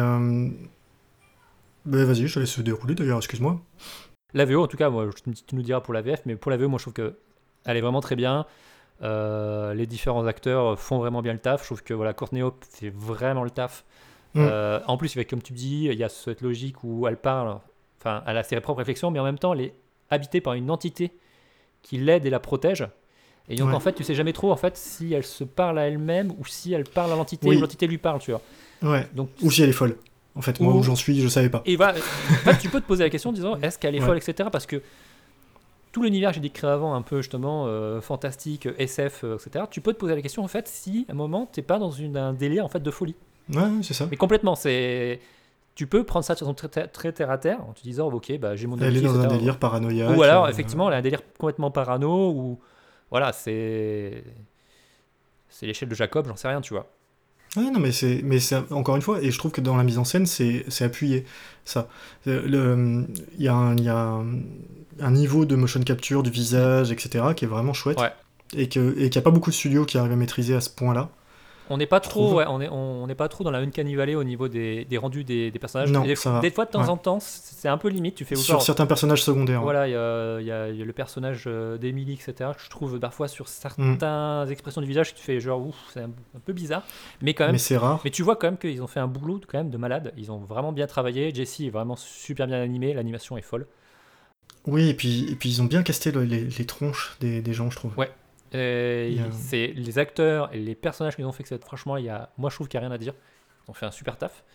S2: vas-y, je te laisse dérouler d'ailleurs, excuse-moi.
S1: La VO, en tout cas, moi, tu nous diras pour la VF, mais pour la VO, moi, je trouve qu'elle est vraiment très bien. Les différents acteurs font vraiment bien le taf. Je trouve que voilà, Courtney Hope fait vraiment le taf. En plus, comme tu dis, il y a cette logique où elle parle, enfin, elle a ses propres réflexions, mais en même temps, elle est habitée par une entité qui l'aide et la protège. Et donc en fait, tu sais jamais trop en fait si elle se parle à elle-même ou si elle parle à l'entité ou l'entité lui parle, tu vois.
S2: Ouais. Donc, ou si elle est folle. En fait, moi où j'en suis, je savais pas.
S1: Et en fait, tu peux te poser la question en disant est-ce qu'elle est folle, etc. Parce que tout l'univers que j'ai décrit avant, un peu justement fantastique, SF, etc. Tu peux te poser la question en fait si à un moment t'es pas dans un délire en fait de folie.
S2: Ouais, c'est ça.
S1: Mais complètement, tu peux prendre ça de façon très terre à terre en te disant ok, bah j'ai mon
S2: elle est dans un délire paranoïaque.
S1: Ou alors effectivement, elle a un délire complètement parano ou voilà, c'est l'échelle de Jacob, j'en sais rien, tu vois.
S2: Ouais, non, mais c'est encore une fois, et je trouve que dans la mise en scène, c'est appuyé, ça. Il y a un niveau de motion capture du visage, etc., qui est vraiment chouette, et qu'il n'y a pas beaucoup de studios qui arrivent à maîtriser à ce point-là.
S1: On n'est pas trop, on n'est pas trop dans la Uncanny Valley au niveau des rendus des personnages.
S2: Non,
S1: des fois de temps en temps, c'est un peu limite. Tu fais sur
S2: certains personnages secondaires.
S1: Voilà, il y a le personnage d'Emily, etc. Je trouve parfois sur certaines expressions du visage, tu fais genre ouf, c'est un peu bizarre. Mais quand même.
S2: Mais c'est rare.
S1: Mais tu vois quand même qu'ils ont fait un boulot quand même de malade. Ils ont vraiment bien travaillé. Jessie est vraiment super bien animée. L'animation est folle.
S2: Oui, et puis ils ont bien casté les tronches des gens, je trouve.
S1: Ouais. C'est les acteurs et les personnages qu'ils ont fait que franchement, moi je trouve qu'il n'y a rien à dire. Ils ont fait un super taf.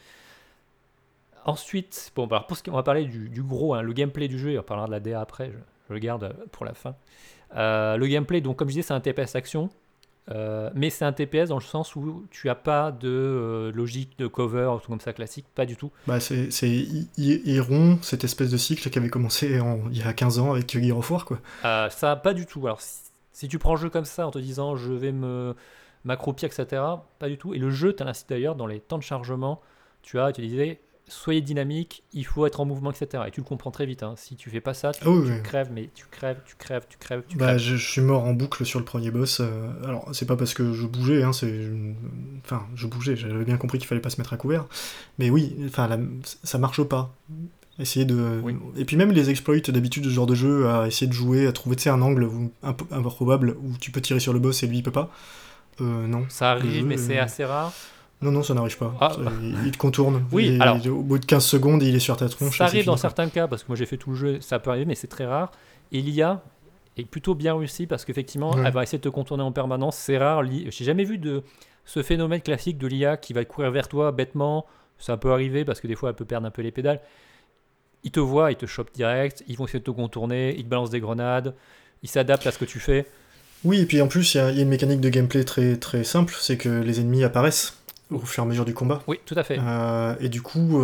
S1: Ensuite, bon, alors on va parler du gros, hein, le gameplay du jeu, et on parlera de la DA après, je le garde pour la fin. Le gameplay, donc comme je disais, c'est un TPS action, mais c'est un TPS dans le sens où tu n'as pas de logique de cover ou tout comme ça classique, pas du tout.
S2: Bah c'est Iron, cette espèce de cycle qui avait commencé il y a 15 ans avec Gear of War, quoi.
S1: Ça, pas du tout. Alors, si tu prends le jeu comme ça en te disant je vais m'accroupir, etc., pas du tout. Et le jeu t'incite d'ailleurs dans les temps de chargement, tu disais soyez dynamique, il faut être en mouvement, etc. Et tu le comprends très vite. Hein. Si tu fais pas ça, tu crèves, mais tu crèves.
S2: Je suis mort en boucle sur le premier boss. Alors, c'est pas parce que je bougeais, hein, enfin, je bougeais, j'avais bien compris qu'il fallait pas se mettre à couvert. Mais oui, ça marche pas. Essayer de... Oui. Et puis même les exploits d'habitude de ce genre de jeu, à essayer de jouer, à trouver un angle improbable où tu peux tirer sur le boss et lui il peut pas. Non.
S1: Ça arrive, mais c'est assez rare.
S2: Non, ça n'arrive pas. Il te contourne.
S1: Oui, alors...
S2: Au bout de 15 secondes, il est sur ta tronche.
S1: Ça arrive dans certains cas, parce que moi j'ai fait tout le jeu, ça peut arriver, mais c'est très rare. Et l'IA est plutôt bien réussie, parce qu'effectivement, elle va essayer de te contourner en permanence. C'est rare. J'ai jamais vu de ce phénomène classique de l'IA qui va courir vers toi bêtement. Ça peut arriver, parce que des fois, elle peut perdre un peu les pédales. Ils te voient, ils te chopent direct, ils vont essayer de te contourner, ils te balancent des grenades, ils s'adaptent à ce que tu fais.
S2: Oui, et puis en plus, il y a une mécanique de gameplay très, très simple, c'est que les ennemis apparaissent au fur et à mesure du combat.
S1: Oui, tout à fait.
S2: Et du coup,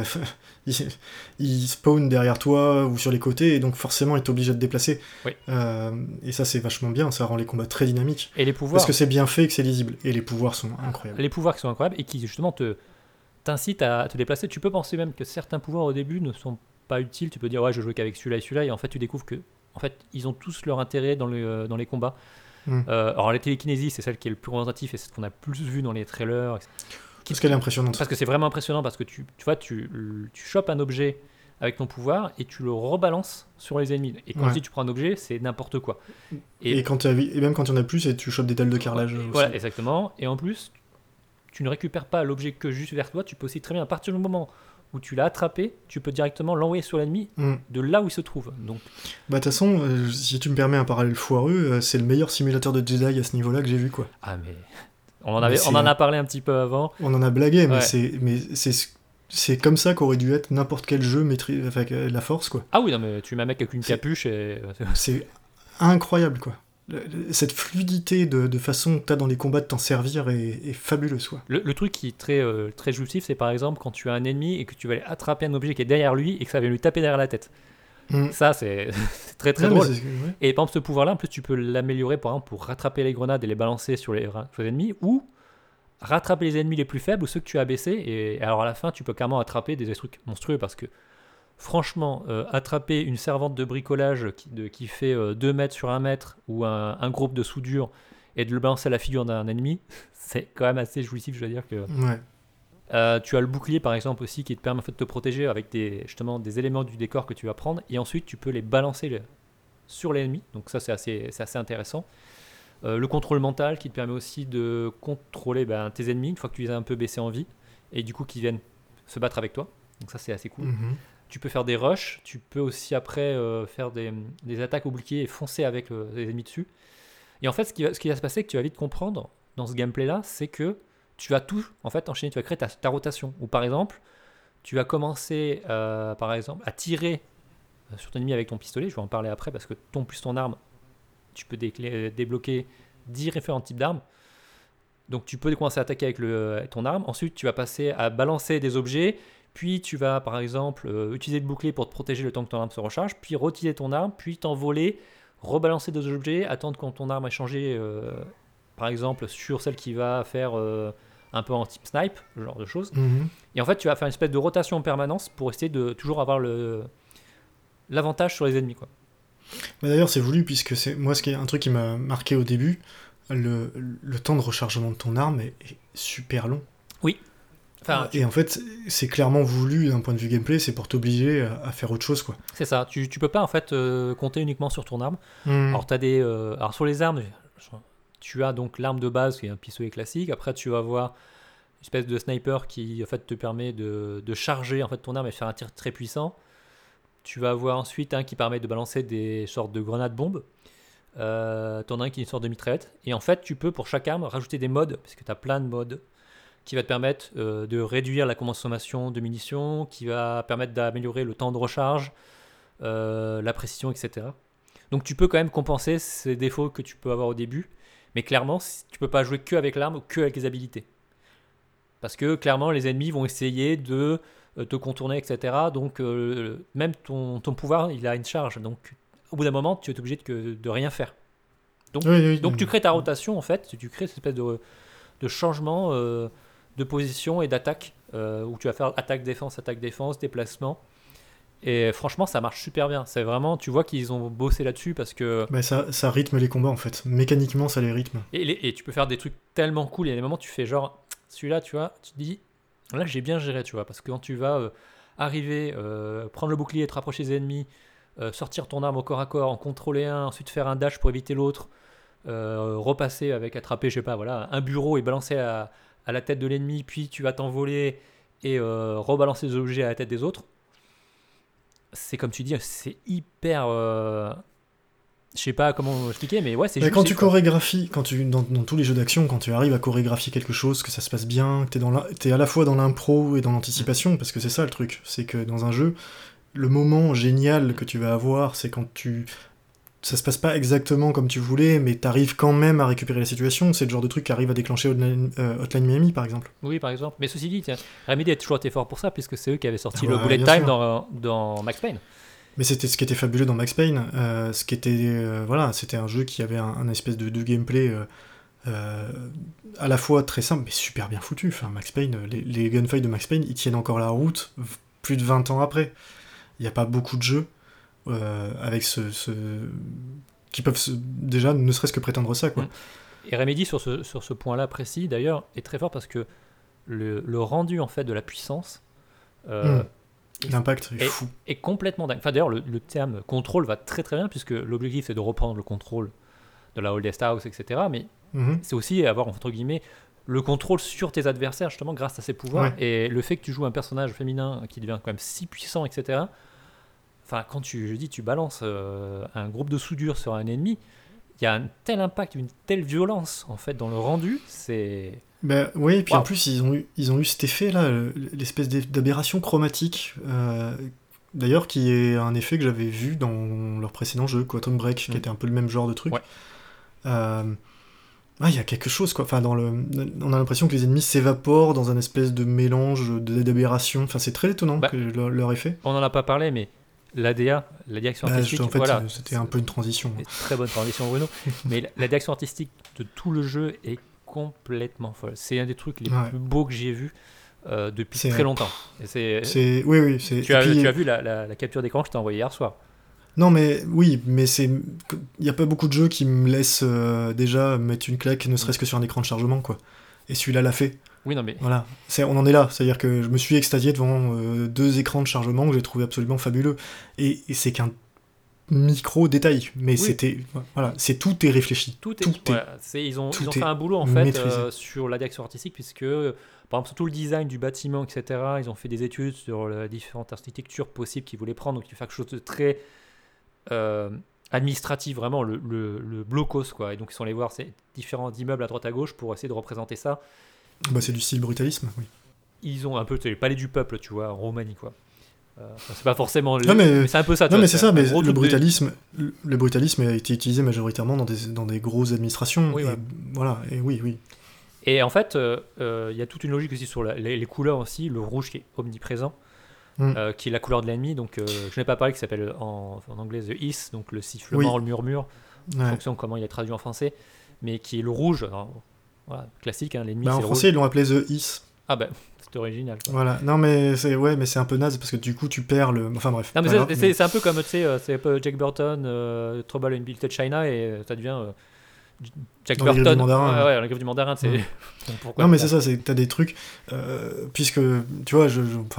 S2: ils spawnent derrière toi ou sur les côtés, et donc forcément, ils t'obligent à te déplacer.
S1: Oui.
S2: Et ça, c'est vachement bien, ça rend les combats très dynamiques.
S1: Et les pouvoirs...
S2: Parce que c'est bien fait et que c'est lisible. Et les pouvoirs sont incroyables.
S1: Les pouvoirs qui sont incroyables et qui, justement, t'incite à te déplacer. Tu peux penser même que certains pouvoirs au début ne sont pas utiles. Tu peux dire ouais, je joue qu'avec celui-là et celui-là, et en fait tu découvres que en fait ils ont tous leur intérêt dans les combats. Alors la télékinésie, c'est celle qui est le plus représentatif et c'est ce qu'on a plus vu dans les trailers.
S2: Parce qu'elle est impressionnante.
S1: Parce que c'est vraiment impressionnant, parce que tu chopes un objet avec ton pouvoir et tu le rebalances sur les ennemis. Et quand
S2: Ouais.
S1: je dis tu prends un objet, c'est n'importe quoi.
S2: Et même quand il y en a plus, et tu chopes des dalles de carrelage aussi.
S1: Voilà, exactement. Et en plus, tu ne récupères pas l'objet que juste vers toi, tu peux aussi très bien, à partir du moment où tu l'as attrapé, tu peux directement l'envoyer sur l'ennemi de là où il se trouve. Donc,
S2: Bah de toute façon, si tu me permets un parallèle foireux, c'est le meilleur simulateur de Jedi à ce niveau-là que j'ai vu, quoi.
S1: ah mais on en a parlé un petit peu avant.
S2: On en a blagué, mais
S1: Ouais.
S2: c'est comme ça qu'aurait dû être n'importe quel jeu avec la force, quoi.
S1: Ah oui, non mais tu m'as mec avec une
S2: C'est-
S1: capuche et
S2: C'est incroyable, quoi. Cette fluidité de façon que t'as dans les combats de t'en servir est fabuleuse, quoi.
S1: le truc qui est très jouissif, c'est par exemple quand tu as un ennemi et que tu vas aller attraper un objet qui est derrière lui et que ça va lui taper derrière la tête. Ça, c'est c'est très
S2: Ouais, mais
S1: drôle.
S2: ouais.
S1: Et par exemple, ce pouvoir-là, en plus, tu peux l'améliorer par exemple pour rattraper les grenades et les balancer sur les ennemis ou rattraper les ennemis les plus faibles ou ceux que tu as baissés. Et alors à la fin, tu peux carrément attraper des trucs monstrueux parce que franchement, attraper une servante de bricolage qui fait 2 mètres sur 1 mètre ou un groupe de soudure et de le balancer à la figure d'un ennemi, c'est quand même assez jouissif, je veux dire que.
S2: Ouais.
S1: Tu as le bouclier par exemple aussi qui te permet en fait de te protéger avec justement des éléments du décor que tu vas prendre et ensuite tu peux les balancer sur l'ennemi, donc ça c'est assez intéressant. Le contrôle mental qui te permet aussi de contrôler tes ennemis une fois que tu les as un peu baissés en vie et du coup qui viennent se battre avec toi, donc ça c'est assez cool. Tu peux faire des rushs, tu peux aussi après faire des attaques au bouclier et foncer avec les ennemis dessus. Et en fait ce qui va se passer, que tu vas vite comprendre dans ce gameplay là, c'est que tu vas tout en fait enchaîner, tu vas créer ta rotation. Ou par exemple, tu vas commencer par exemple à tirer sur ton ennemi avec ton pistolet. Je vais en parler après parce que ton plus ton arme, tu peux débloquer 10 différents types d'armes. Donc tu peux commencer à attaquer avec ton arme. Ensuite, tu vas passer à balancer des objets. Puis tu vas par exemple utiliser le bouclier pour te protéger le temps que ton arme se recharge. Puis retirer ton arme. Puis t'envoler, rebalancer des objets, attendre quand ton arme a changé. Par exemple sur celle qui va faire un peu en type snipe, ce genre de choses. Et en fait, tu vas faire une espèce de rotation en permanence pour essayer de toujours avoir l'avantage sur les ennemis, quoi.
S2: Bah d'ailleurs, c'est voulu, puisque c'est moi, ce qui est un truc qui m'a marqué au début, le temps de rechargement de ton arme est super long.
S1: Oui. Enfin,
S2: Et en fait, c'est clairement voulu d'un point de vue gameplay, c'est pour t'obliger à faire autre chose, quoi.
S1: c'est ça. Tu peux pas en fait compter uniquement sur ton arme. Alors t'as alors sur les armes, tu as donc l'arme de base qui est un pistolet classique. Après, tu vas avoir une espèce de sniper qui en fait te permet de charger en fait ton arme et faire un tir très puissant. Tu vas avoir ensuite un qui permet de balancer des sortes de grenades bombes. T'en as un qui est une sorte de mitraillette. Et en fait, tu peux pour chaque arme rajouter des modes, parce que tu as plein de modes qui va te permettre de réduire la consommation de munitions, qui va permettre d'améliorer le temps de recharge, la précision, etc. Donc tu peux quand même compenser ces défauts que tu peux avoir au début, mais clairement, tu peux pas jouer que avec l'arme ou que avec les habilités. Parce que clairement, les ennemis vont essayer de te contourner, etc. Donc même ton pouvoir, il a une charge. Donc au bout d'un moment, tu es obligé de rien faire. Donc tu crées ta rotation, en fait, tu crées cette espèce de changement de position et d'attaque, où tu vas faire attaque-défense, déplacement. Et franchement, ça marche super bien. C'est vraiment, tu vois qu'ils ont bossé là-dessus parce que.
S2: Bah ça rythme les combats, en fait. Mécaniquement, ça les rythme.
S1: Et tu peux faire des trucs tellement cool. Il y a des moments où tu fais genre, celui-là, tu vois, tu te dis, là j'ai bien géré, tu vois, parce que quand tu vas arriver, prendre le bouclier, te rapprocher des ennemis, sortir ton arme au corps à corps, en contrôler un, ensuite faire un dash pour éviter l'autre, repasser avec attraper, je sais pas, voilà, un bureau et balancer à la tête de l'ennemi, puis tu vas t'envoler et rebalancer des objets à la tête des autres. C'est comme tu dis, c'est hyper. Je sais pas comment expliquer, mais ouais, c'est juste.
S2: Quand tu chorégraphies, dans tous les jeux d'action, quand tu arrives à chorégraphier quelque chose, que ça se passe bien, que t'es à la fois dans l'impro et dans l'anticipation, parce que c'est ça le truc, c'est que dans un jeu, le moment génial que tu vas avoir, c'est quand ça se passe pas exactement comme tu voulais, mais t'arrives quand même à récupérer la situation. C'est le genre de truc qui arrive à déclencher Hotline Miami, par exemple.
S1: Oui, par exemple. Mais ceci dit, Remedy a toujours été fort pour ça, puisque c'est eux qui avaient sorti
S2: Ah
S1: le
S2: bah,
S1: Bullet
S2: bien
S1: Time
S2: sûr.
S1: dans Max Payne.
S2: Mais c'était ce qui était fabuleux dans Max Payne. C'était un jeu qui avait un espèce de gameplay à la fois très simple, mais super bien foutu. Enfin, Max Payne, les gunfights de Max Payne, ils tiennent encore la route plus de 20 ans après. Il n'y a pas beaucoup de jeux avec qui peuvent déjà ne serait-ce que prétendre ça, quoi.
S1: Et Remedy sur ce point-là précis d'ailleurs est très fort parce que le rendu en fait de la puissance
S2: L'impact est fou.
S1: Est complètement dingue. Enfin, d'ailleurs, le terme contrôle va très très bien, puisque l'objectif c'est de reprendre le contrôle de la Oldest House, etc. Mais c'est aussi avoir, entre guillemets, le contrôle sur tes adversaires, justement, grâce à ses pouvoirs. Ouais. Et le fait que tu joues un personnage féminin qui devient quand même si puissant, etc. Enfin, quand tu balances un groupe de soudure sur un ennemi, il y a un tel impact, une telle violence, en fait, dans le rendu, c'est...
S2: Ben, oui, et puis en plus, ils ont eu cet effet-là, l'espèce d'aberration chromatique, d'ailleurs, qui est un effet que j'avais vu dans leur précédent jeu, Quantum Break, qui était un peu le même genre de truc. Il y a quelque chose, quoi. Enfin, on a l'impression que les ennemis s'évaporent dans un espèce de mélange d'aberration. Enfin, c'est très étonnant leur effet.
S1: On n'en a pas parlé, mais l'ADA, la direction artistique,
S2: en fait, c'était un peu une transition.
S1: Très bonne transition, Bruno. Mais la direction artistique de tout le jeu est complètement folle. C'est un des trucs les plus beaux que j'ai vu depuis très longtemps. Et
S2: oui.
S1: Tu as vu la capture d'écran que je t'ai envoyée hier soir.
S2: Non, mais oui, mais il n'y a pas beaucoup de jeux qui me laissent déjà mettre une claque, ne serait-ce que sur un écran de chargement, quoi. Et celui-là l'a fait.
S1: Oui, non, mais...
S2: Voilà, on en est là. C'est-à-dire que je me suis extasié devant 2 écrans de chargement que j'ai trouvé absolument fabuleux. Et c'est qu'un micro-détail, mais c'était... Voilà, tout est réfléchi.
S1: Ils ont fait un boulot, en fait, sur la direction artistique, puisque... Par exemple, sur tout le design du bâtiment, etc., ils ont fait des études sur les différentes architectures possibles qu'ils voulaient prendre, donc il faut faire quelque chose de très administratif, vraiment, le blocos, quoi. Et donc ils sont allés voir ces différents immeubles à droite à gauche pour essayer de représenter ça.
S2: C'est du style brutalisme, oui.
S1: Ils ont un peu le palais du peuple, tu vois, en Roumanie, quoi. C'est pas forcément... mais c'est un peu ça.
S2: Non, mais c'est ça, mais le brutalisme a été utilisé majoritairement dans des grosses administrations.
S1: Oui,
S2: voilà, et oui.
S1: Et en fait, y a toute une logique aussi sur les couleurs aussi, le rouge qui est omniprésent, qui est la couleur de l'ennemi, donc je n'ai pas parlé, qui s'appelle en anglais The Hiss, donc le sifflement, le murmure, en fonction de comment il est traduit en français, mais qui est le rouge, alors, voilà, classique, hein, l'ennemi c'est
S2: en
S1: le
S2: français
S1: rouge.
S2: Ils l'ont appelé The Hiss.
S1: Ah ben, c'est original, quoi.
S2: Voilà, non mais c'est un peu naze, parce que du coup tu perds le... Enfin bref.
S1: Non, mais c'est un peu comme, tu sais, c'est un peu Jack Burton, Trouble in Little China, et ça devient... Jack Burton, la grève du mandarin, c'est... Pourquoi
S2: non mais c'est ça, t'as des trucs, puisque, tu vois,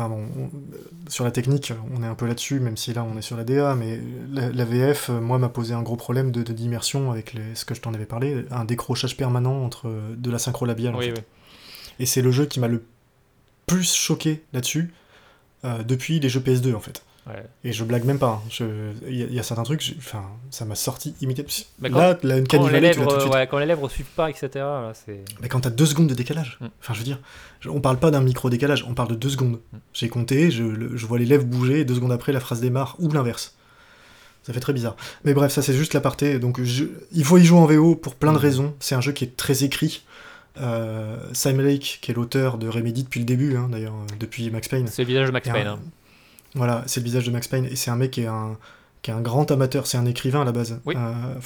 S2: sur la technique, on est un peu là-dessus, même si là on est sur la DA, mais la VF, moi, m'a posé un gros problème d'immersion avec ce que je t'en avais parlé, un décrochage permanent entre de la synchro labiale, en fait. Oui. Et c'est le jeu qui m'a le plus choqué là-dessus, depuis les jeux PS2, en fait. Ouais. Et je blague même pas. Il y a certains trucs, ça m'a sorti immédiatement. Là, une cannibale, tu l'as tout de suite.
S1: Quand les lèvres suivent pas, etc. Là, c'est...
S2: Mais quand t'as 2 secondes de décalage, enfin, je veux dire, on parle pas d'un micro-décalage, on parle de 2 secondes. J'ai compté, je vois les lèvres bouger, et 2 secondes après, la phrase démarre, ou l'inverse. Ça fait très bizarre. Mais bref, ça c'est juste l'aparté. Donc, il faut y jouer en VO pour plein de raisons. C'est un jeu qui est très écrit. Sam Lake, qui est l'auteur de Remedy depuis le début, hein, d'ailleurs, depuis Max Payne.
S1: C'est le visage de Max Payne.
S2: Voilà, c'est le visage de Max Payne, et c'est un mec qui est un grand amateur, c'est un écrivain à la base.
S1: Oui.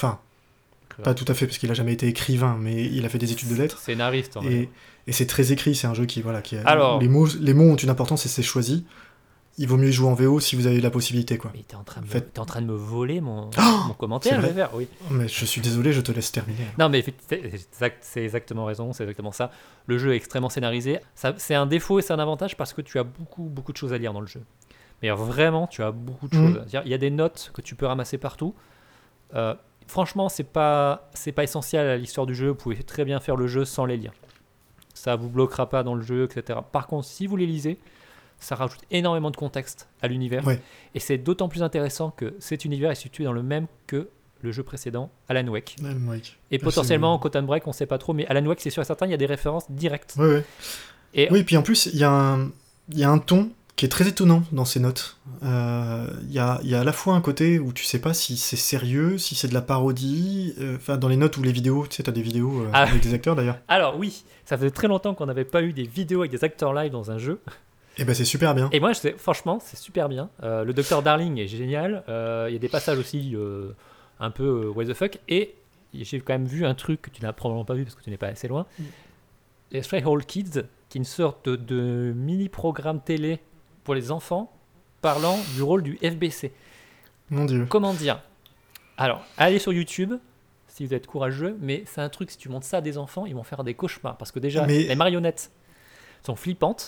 S2: Pas tout à fait, parce qu'il a jamais été écrivain, mais il a fait des études de lettres.
S1: Scénariste, en
S2: fait. Et c'est très écrit, c'est un jeu qui Alors... les mots ont une importance et c'est choisi. Il vaut mieux y jouer en VO si vous avez la possibilité, quoi.
S1: Mais t'es en train de me voler mon commentaire, oui.
S2: Mais je suis désolé, je te laisse terminer.
S1: Non, mais c'est exactement raison, c'est exactement ça. Le jeu est extrêmement scénarisé. C'est un défaut et c'est un avantage parce que tu as beaucoup de choses à lire dans le jeu. Mais vraiment, tu as beaucoup de choses. Il y a des notes que tu peux ramasser partout. Franchement, c'est pas essentiel à l'histoire du jeu. Vous pouvez très bien faire le jeu sans les lire. Ça vous bloquera pas dans le jeu, etc. Par contre, si vous les lisez, ça rajoute énormément de contexte à l'univers. Ouais. Et c'est d'autant plus intéressant que cet univers est situé dans le même que le jeu précédent, Alan Wake. Et potentiellement, Quantum Break, on ne sait pas trop, mais Alan Wake, c'est sûr et certain, il y a des références directes.
S2: Oui, puis en plus, il y a un ton qui est très étonnant dans ces notes. Il y a à la fois un côté où tu sais pas si c'est sérieux, si c'est de la parodie, dans les notes ou les vidéos, tu sais, t'as des vidéos avec des acteurs d'ailleurs.
S1: Alors oui, ça faisait très longtemps qu'on n'avait pas eu des vidéos avec des acteurs live dans un jeu.
S2: Et c'est super bien.
S1: Et moi, franchement, c'est super bien. Le Dr Darling est génial. Il y a des passages aussi un peu what the fuck. Et j'ai quand même vu un truc que tu n'as probablement pas vu parce que tu n'es pas assez loin. Les Stray Old Kids, qui est une sorte de mini-programme télé pour les enfants parlant du rôle du FBC.
S2: Mon Dieu.
S1: Comment dire ? Alors, allez sur YouTube si vous êtes courageux, mais c'est un truc, si tu montres ça à des enfants, ils vont faire des cauchemars. Parce que déjà, les marionnettes sont flippantes.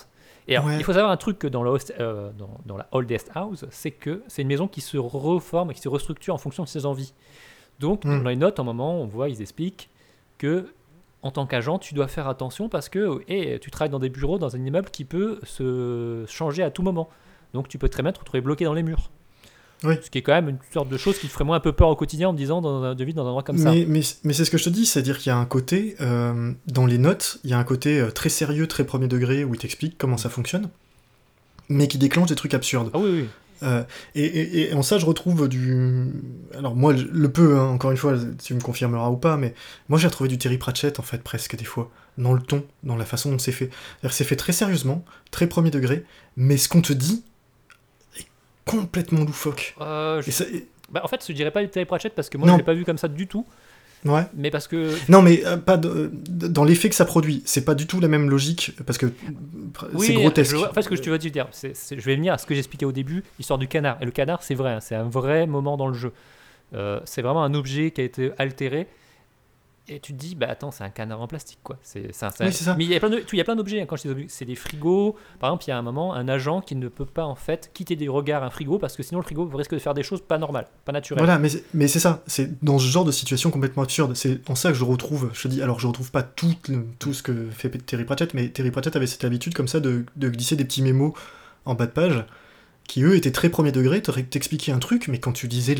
S1: Et alors,
S2: Ouais.
S1: il faut savoir un truc que dans dans la Oldest House, c'est que c'est une maison qui se reforme, qui se restructure en fonction de ses envies. Donc, dans les notes, à un moment, on voit, ils expliquent que en tant qu'agent, tu dois faire attention parce que tu travailles dans des bureaux, dans un immeuble qui peut se changer à tout moment. Donc, tu peux très bien te retrouver bloqué dans les murs.
S2: Oui.
S1: Ce qui est quand même une sorte de chose qui te ferait moins un peu peur au quotidien en me disant de vivre dans un endroit comme ça.
S2: Mais c'est ce que je te dis, c'est-à-dire qu'il y a un côté, dans les notes, il y a un côté très sérieux, très premier degré, où il t'explique comment ça fonctionne, mais qui déclenche des trucs absurdes.
S1: Ah oui, oui.
S2: Et en ça, je retrouve du... Alors moi, le peu, hein, encore une fois, tu me confirmeras ou pas, mais moi j'ai retrouvé du Terry Pratchett, en fait, presque des fois, dans le ton, dans la façon dont c'est fait. C'est-à-dire que c'est fait très sérieusement, très premier degré, mais ce qu'on te dit est complètement loufoque. Et ça...
S1: En fait, je dirais pas du Terry Pratchett parce que moi,
S2: Non.
S1: je l'ai pas vu comme ça du tout.
S2: Ouais.
S1: Mais parce que...
S2: Non, mais pas dans l'effet que ça produit. C'est pas du tout la même logique, parce que c'est grotesque.
S1: En fait, ce que je veux dire, je vais venir à ce que j'expliquais au début, l'histoire du canard. Et le canard, c'est vrai, hein, c'est un vrai moment dans le jeu. C'est vraiment un objet qui a été altéré. Et tu te dis, bah attends, c'est un canard en plastique, quoi.
S2: Oui, c'est ça.
S1: Mais il y a plein d'objets, hein, quand je dis objets, c'est des frigos. Par exemple, il y a un moment, un agent qui ne peut pas, en fait, quitter des regards un frigo, parce que sinon, le frigo risque de faire des choses pas normales, pas naturelles.
S2: Voilà, mais c'est ça. C'est dans ce genre de situation complètement absurde. C'est en ça que je retrouve, je te dis, alors je retrouve pas tout ce que fait Terry Pratchett, mais Terry Pratchett avait cette habitude comme ça de glisser des petits mémos en bas de page, qui eux étaient très premier degré, t'expliquaient un truc, mais quand tu disais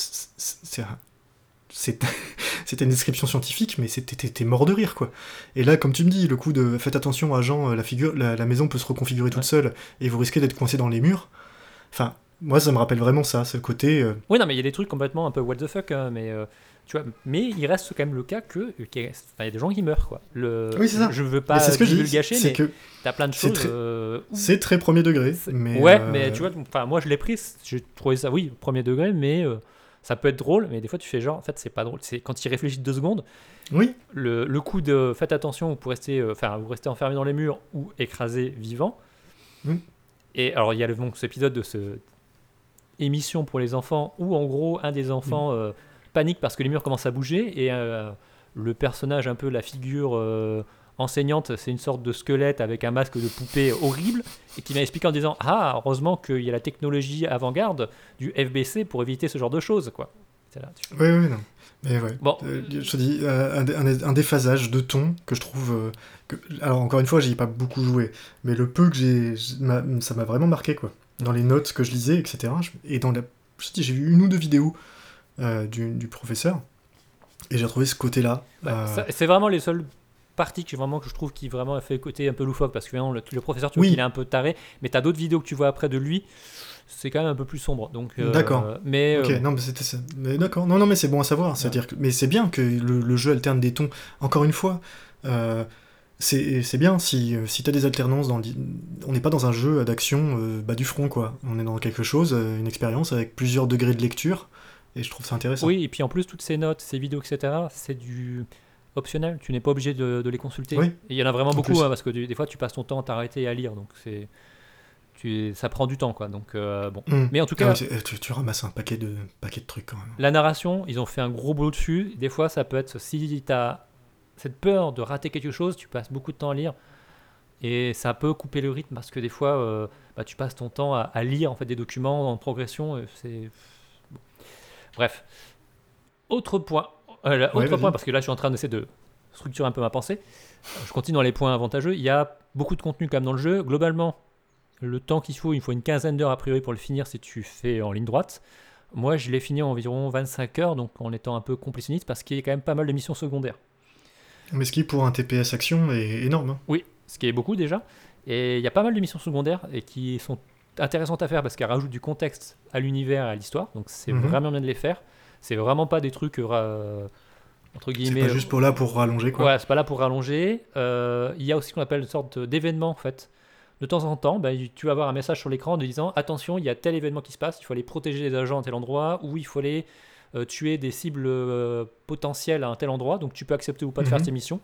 S2: c'était une description scientifique, mais t'es mort de rire, quoi. Et là, comme tu me dis, le coup de faites attention, agent, la maison peut se reconfigurer toute seule, et vous risquez d'être coincé dans les murs. Enfin, moi, ça me rappelle vraiment ça, ce côté...
S1: Oui, non, mais il y a des trucs complètement un peu what the fuck, hein, mais tu vois, mais il reste quand même le cas il y a des gens qui meurent, quoi.
S2: Oui, c'est ça.
S1: Je veux pas
S2: le
S1: gâcher, mais t'as plein de choses.
S2: C'est très premier degré. Mais
S1: mais tu vois, moi je l'ai pris, j'ai trouvé ça, oui, premier degré, mais ça peut être drôle, mais des fois tu fais genre, en fait, c'est pas drôle. C'est quand tu y réfléchis 2 secondes.
S2: Oui.
S1: Le coup de faites attention, vous restez enfermé dans les murs ou écrasé vivant. Et alors il y a cet épisode de émission pour les enfants où en gros un des enfants panique parce que les murs commencent à bouger et le personnage, un peu la figure enseignante, c'est une sorte de squelette avec un masque de poupée horrible et qui m'a expliqué en disant heureusement qu'il y a la technologie avant-garde du FBC pour éviter ce genre de choses, quoi.
S2: Oui, non. Mais ouais. Bon. Je te dis, un déphasage de ton que je trouve... alors encore une fois, j'y ai pas beaucoup joué, mais le peu que ça m'a vraiment marqué, quoi. Dans les notes que je lisais, etc. Et j'ai vu 1 ou 2 vidéos du professeur, et j'ai retrouvé ce côté-là.
S1: C'est vraiment les seules parties que je trouve qui vraiment a fait côté un peu loufoque, parce que le professeur, tu vois qu'il est un peu taré, mais t'as d'autres vidéos que tu vois après de lui, c'est quand même un peu plus sombre. Donc,
S2: d'accord.
S1: Mais,
S2: ok, non, mais c'était ça. Mais d'accord. Non, mais c'est bon à savoir. C'est-à-dire mais c'est bien que le jeu alterne des tons. Encore une fois, c'est bien si t'as des alternances on n'est pas dans un jeu d'action bas du front, quoi. On est dans quelque chose, une expérience avec plusieurs degrés de lecture, et je trouve ça intéressant.
S1: Oui, et puis en plus, toutes ces notes, ces vidéos, etc., c'est du optionnel. Tu n'es pas obligé de les consulter.
S2: Oui.
S1: Et il y en a vraiment beaucoup, parce que des fois, tu passes ton temps à t'arrêter et à lire, donc ça prend du temps, quoi. Donc bon. Mais en tout cas,
S2: tu ramasses un paquet de trucs quand même.
S1: La narration, ils ont fait un gros boulot dessus. Des fois, ça peut être, si t'as cette peur de rater quelque chose, tu passes beaucoup de temps à lire et ça peut couper le rythme parce que des fois tu passes ton temps à lire en fait des documents en progression. Bon. Bref, autre point parce que là je suis en train d'essayer de structurer un peu ma pensée. Je continue dans les points avantageux. Il y a beaucoup de contenu quand même dans le jeu. Globalement, le temps qu'il faut, il faut une quinzaine d'heures a priori pour le finir si tu fais en ligne droite. Moi je l'ai fini en environ 25 heures, donc en étant un peu complétionniste, parce qu'il y a quand même pas mal de missions secondaires.
S2: Mais ce qui, pour un TPS action, est énorme. Hein.
S1: Oui, ce qui est beaucoup déjà. Et il y a pas mal de missions secondaires et qui sont intéressantes à faire parce qu'elles rajoutent du contexte à l'univers et à l'histoire. Donc c'est vraiment bien de les faire. C'est vraiment pas des trucs entre guillemets.
S2: C'est pas juste pour rallonger, quoi.
S1: Ouais, c'est pas là pour rallonger. Il y a aussi ce qu'on appelle une sorte d'événement, en fait. De temps en temps, tu vas avoir un message sur l'écran de disant attention, il y a tel événement qui se passe, il faut aller protéger les agents à tel endroit, ou il faut aller tuer des cibles potentielles à un tel endroit, donc tu peux accepter ou pas de faire tes missions.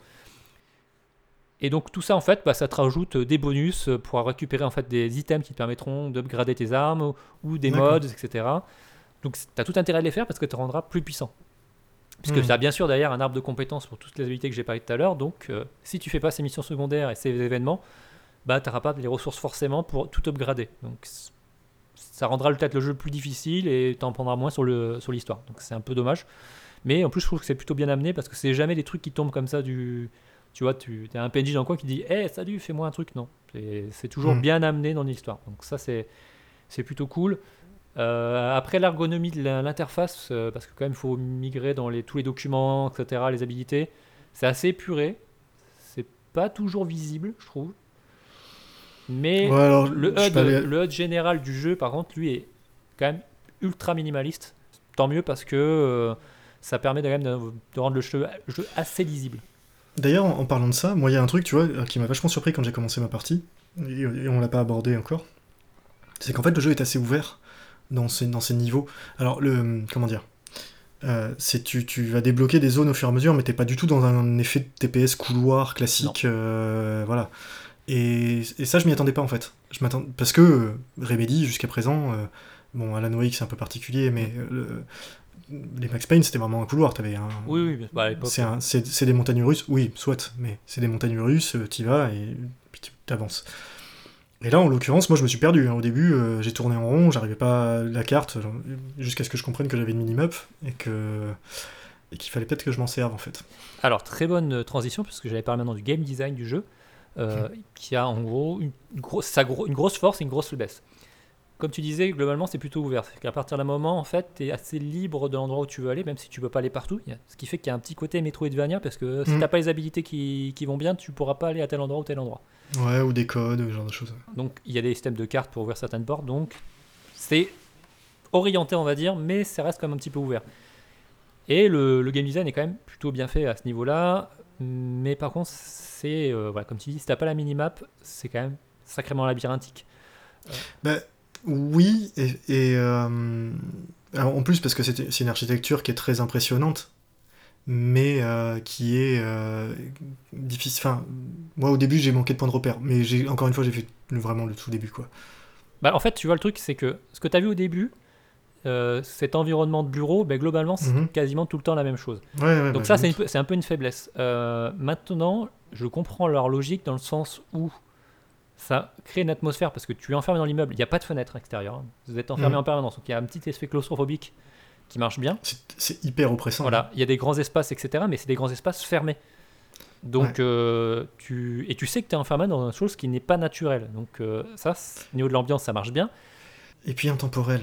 S1: Et donc tout ça en fait, ça te rajoute des bonus pour récupérer en fait des items qui te permettront d'upgrader tes armes ou des mods, etc. Donc tu as tout intérêt à les faire parce que tu te rendras plus puissant. Puisque tu as bien sûr derrière un arbre de compétences pour toutes les habilités que j'ai parlé tout à l'heure, donc si tu fais pas ces missions secondaires et ces événements, bah t'auras pas les ressources forcément pour tout upgrader. Donc ça rendra peut-être le jeu plus difficile et t'en prendras moins sur l'histoire. Donc c'est un peu dommage. Mais en plus, je trouve que c'est plutôt bien amené parce que c'est jamais des trucs qui tombent comme ça du. Tu vois, tu as un PNJ dans le coin qui dit Hey, salut, fais-moi un truc. Non. C'est toujours bien amené dans l'histoire. Donc ça, c'est plutôt cool. Après, l'ergonomie de l'interface, parce que quand même, il faut migrer dans tous les documents, etc., les habilités, c'est assez épuré. C'est pas toujours visible, je trouve. Mais
S2: Ouais, alors,
S1: le HUD général du jeu, par contre, lui, est quand même ultra minimaliste. Tant mieux parce que ça permet quand même de rendre le jeu assez lisible.
S2: D'ailleurs, en parlant de ça, moi, il y a un truc, tu vois, qui m'a vachement surpris quand j'ai commencé ma partie, et on l'a pas abordé encore, c'est qu'en fait, le jeu est assez ouvert dans ses niveaux. Alors, comment dire tu vas débloquer des zones au fur et à mesure, mais t'es pas du tout dans un effet de TPS couloir classique, voilà. Et ça, je m'y attendais pas en fait. Parce que Remedy, jusqu'à présent, bon, Alan Wake c'est un peu particulier, mais les Max Payne c'était vraiment un couloir. T'avais un...
S1: Oui, bah, à l'époque.
S2: C'est des montagnes russes, oui, soit, mais c'est des montagnes russes, t'y vas et puis t'avances. Et là, en l'occurrence, moi je me suis perdu. Hein. Au début, j'ai tourné en rond, j'arrivais pas à la carte, jusqu'à ce que je comprenne que j'avais une minimap et qu'il fallait peut-être que je m'en serve en fait.
S1: Alors, très bonne transition, puisque j'allais parler maintenant du game design du jeu. Qui a en gros une grosse force et une grosse faiblesse. Comme tu disais, globalement c'est plutôt ouvert. C'est qu'à partir d'un moment, en fait, tu es assez libre de l'endroit où tu veux aller, même si tu peux pas aller partout. Ce qui fait qu'il y a un petit côté Metroidvania, parce que si t'as pas les habilités qui vont bien, tu pourras pas aller à tel endroit ou tel endroit.
S2: Ouais, ou des codes, ce genre de choses.
S1: Donc il y a des systèmes de cartes pour ouvrir certaines portes, donc c'est orienté, on va dire, mais ça reste quand même un petit peu ouvert. Et le game design est quand même plutôt bien fait à ce niveau-là. Mais par contre, c'est voilà, comme tu dis, si t'as pas la minimap, c'est quand même sacrément labyrinthique.
S2: Oui, alors, en plus parce que c'est une architecture qui est très impressionnante, mais qui est difficile. Enfin, moi au début j'ai manqué de points de repère, mais encore une fois j'ai fait vraiment le tout début quoi.
S1: Bah, en fait, tu vois, le truc, c'est que ce que t'as vu au début, cet environnement de bureau, globalement, c'est quasiment tout le temps la même chose.
S2: Ouais,
S1: donc ça, c'est un peu une faiblesse. Maintenant, je comprends leur logique dans le sens où ça crée une atmosphère, parce que tu es enfermé dans l'immeuble, il n'y a pas de fenêtre extérieure, hein. Vous êtes enfermé en permanence, donc il y a un petit effet claustrophobique qui marche bien.
S2: C'est hyper oppressant.
S1: Voilà, il y a des grands espaces, etc., mais c'est des grands espaces fermés. Donc tu sais que tu es enfermé dans une chose qui n'est pas naturelle. Donc ça, au niveau de l'ambiance, ça marche bien.
S2: Et puis intemporel.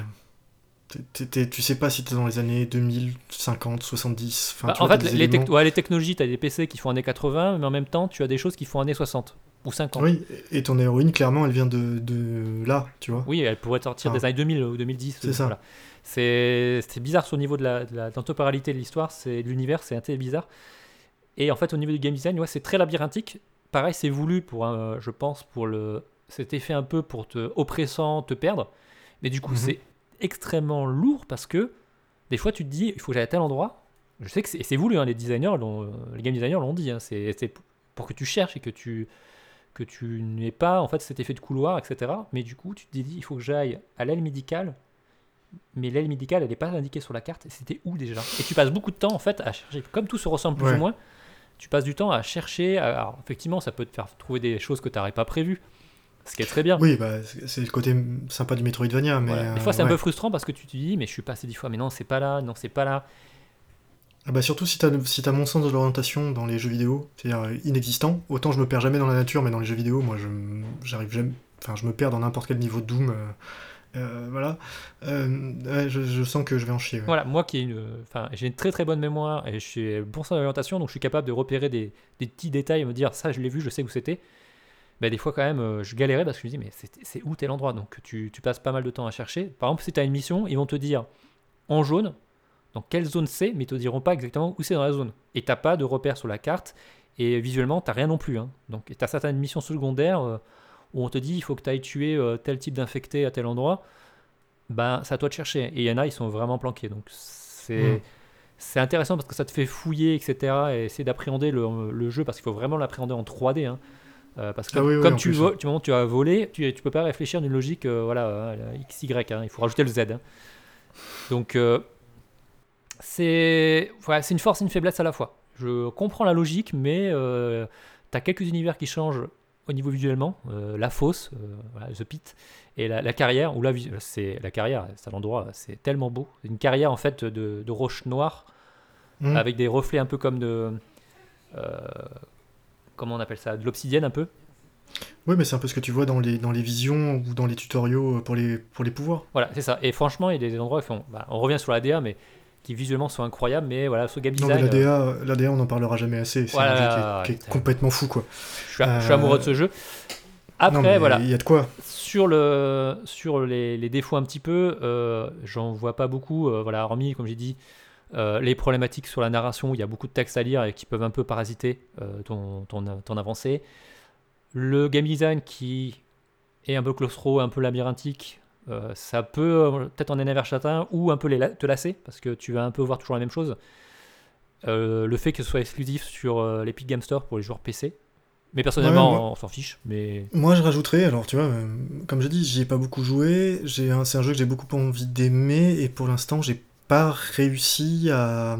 S2: Tu sais pas si t'es dans les années 2000, 50, 70.
S1: En fait, les technologies, t'as des PC qui font années 80, mais en même temps, tu as des choses qui font années 60 ou 50.
S2: Oui, et ton héroïne, clairement, elle vient de là, tu vois.
S1: Oui, elle pourrait sortir des années 2000 ou 2010.
S2: C'est ça.
S1: Voilà. C'est bizarre au niveau de la temporalité de l'histoire, de l'univers, c'est un peu bizarre. Et en fait, au niveau du game design, c'est très labyrinthique. Pareil, c'est voulu je pense, pour cet effet un peu pour oppressant, te perdre. Mais du coup, c'est extrêmement lourd parce que des fois tu te dis il faut que j'aille à tel endroit. Je sais que c'est voulu, hein, les game designers l'ont dit, hein, c'est pour que tu cherches et que tu n'aies pas en fait cet effet de couloir, etc. Mais du coup tu te dis il faut que j'aille à l'aile médicale, mais l'aile médicale elle n'est pas indiquée sur la carte, et c'était où déjà? Et tu passes beaucoup de temps en fait à chercher, comme tout se ressemble plus ou moins, tu passes du temps à chercher. Alors effectivement ça peut te faire trouver des choses que tu n'aurais pas prévues, ce qui est très bien.
S2: Oui, c'est le côté sympa du Metroidvania, mais...
S1: Voilà. Des fois, c'est un peu frustrant parce que tu te dis, mais je suis passé 10 fois, mais non, c'est pas là, non, c'est pas là.
S2: Surtout si t'as mon sens de l'orientation dans les jeux vidéo, c'est-à-dire inexistant, autant je me perds jamais dans la nature, mais dans les jeux vidéo, moi, j'arrive jamais... Enfin, je me perds dans n'importe quel niveau de Doom, voilà. Je sens que je vais en chier. Ouais.
S1: Voilà, moi j'ai une très très bonne mémoire, et je suis bon sens d'orientation, donc je suis capable de repérer des petits détails et me dire, ça, je l'ai vu, je sais où c'était. Des fois quand même je galérais parce que je me dis mais c'est où tel endroit, donc tu passes pas mal de temps à chercher. Par exemple si tu as une mission, ils vont te dire en jaune dans quelle zone c'est, mais ils te diront pas exactement où c'est dans la zone, et t'as pas de repère sur la carte, et visuellement t'as rien non plus, hein. Donc t'as certaines missions secondaires où on te dit il faut que tu ailles tuer tel type d'infecté à tel endroit, c'est à toi de chercher, et il y en a ils sont vraiment planqués, donc c'est intéressant parce que ça te fait fouiller, etc., et essayer d'appréhender le jeu, parce qu'il faut vraiment l'appréhender en 3D, hein. Parce que comme tu vas voler, tu peux pas réfléchir d'une logique XY, hein, il faut rajouter le Z, hein. Donc c'est une force et une faiblesse à la fois. Je comprends la logique, mais t'as quelques univers qui changent au niveau visuellement, la fosse, voilà, The Pit, et la carrière, où là, c'est la carrière, c'est à l'endroit, c'est tellement beau. C'est une carrière en fait de roches noires, avec des reflets un peu comme de... comment on appelle ça, de l'obsidienne un peu.
S2: Oui, mais c'est un peu ce que tu vois dans les visions ou dans les tutoriaux pour les pouvoirs.
S1: Voilà, c'est ça. Et franchement, il y a des endroits qui font... on revient sur la DA, mais qui visuellement sont incroyables, mais voilà, ce game
S2: Non,
S1: design...
S2: mais la DA, on n'en parlera jamais assez. C'est
S1: voilà,
S2: un jeu qui est complètement fou, quoi.
S1: Je suis amoureux de ce jeu. Après,
S2: non,
S1: voilà.
S2: Il y a de quoi.
S1: Sur les défauts un petit peu, j'en vois pas beaucoup. Voilà, hormis, comme j'ai dit, les problématiques sur la narration, où il y a beaucoup de textes à lire et qui peuvent un peu parasiter ton avancée. Le game design qui est un peu claustro, un peu labyrinthique, ça peut peut-être en énerver certains ou un peu te lasser parce que tu vas un peu voir toujours la même chose. Le fait que ce soit exclusif sur l'Epic Game Store pour les joueurs PC. Mais personnellement, on s'en fiche. Mais...
S2: Moi, je rajouterais, alors tu vois, comme j'ai dit, j'y ai pas beaucoup joué. C'est un jeu que j'ai beaucoup envie d'aimer et pour l'instant, j'ai pas réussi à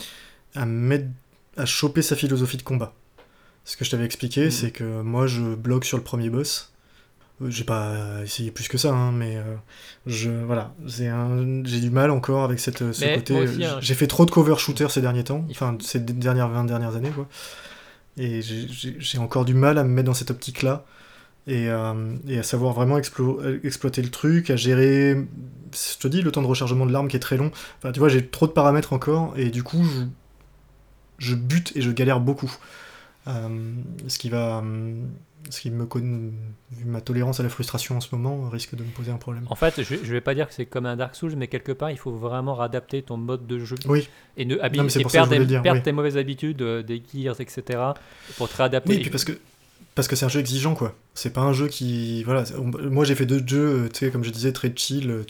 S2: choper sa philosophie de combat. Ce que je t'avais expliqué, c'est que moi, je bloque sur le premier boss. J'ai pas essayé plus que ça, hein, mais voilà, j'ai du mal encore avec ce côté.
S1: Aussi,
S2: j'ai fait trop de cover shooter ces derniers temps, enfin ces 20 dernières années, quoi. Et j'ai encore du mal à me mettre dans cette optique-là et à savoir vraiment exploiter le truc, à gérer, je te dis, le temps de rechargement de l'arme qui est très long. Enfin, tu vois, j'ai trop de paramètres encore et du coup, je bute et je galère beaucoup. Ce qui vu ma tolérance à la frustration en ce moment, risque de me poser un problème.
S1: En fait, je vais pas dire que c'est comme un Dark Souls, mais quelque part, il faut vraiment réadapter ton mode de jeu.
S2: Oui.
S1: Et perdre tes mauvaises habitudes, des gears, etc. pour te réadapter.
S2: Oui, et puis parce que c'est un jeu exigeant, quoi. C'est pas un jeu qui... Voilà, moi j'ai fait 2 jeux, tu sais, comme je disais, très chill.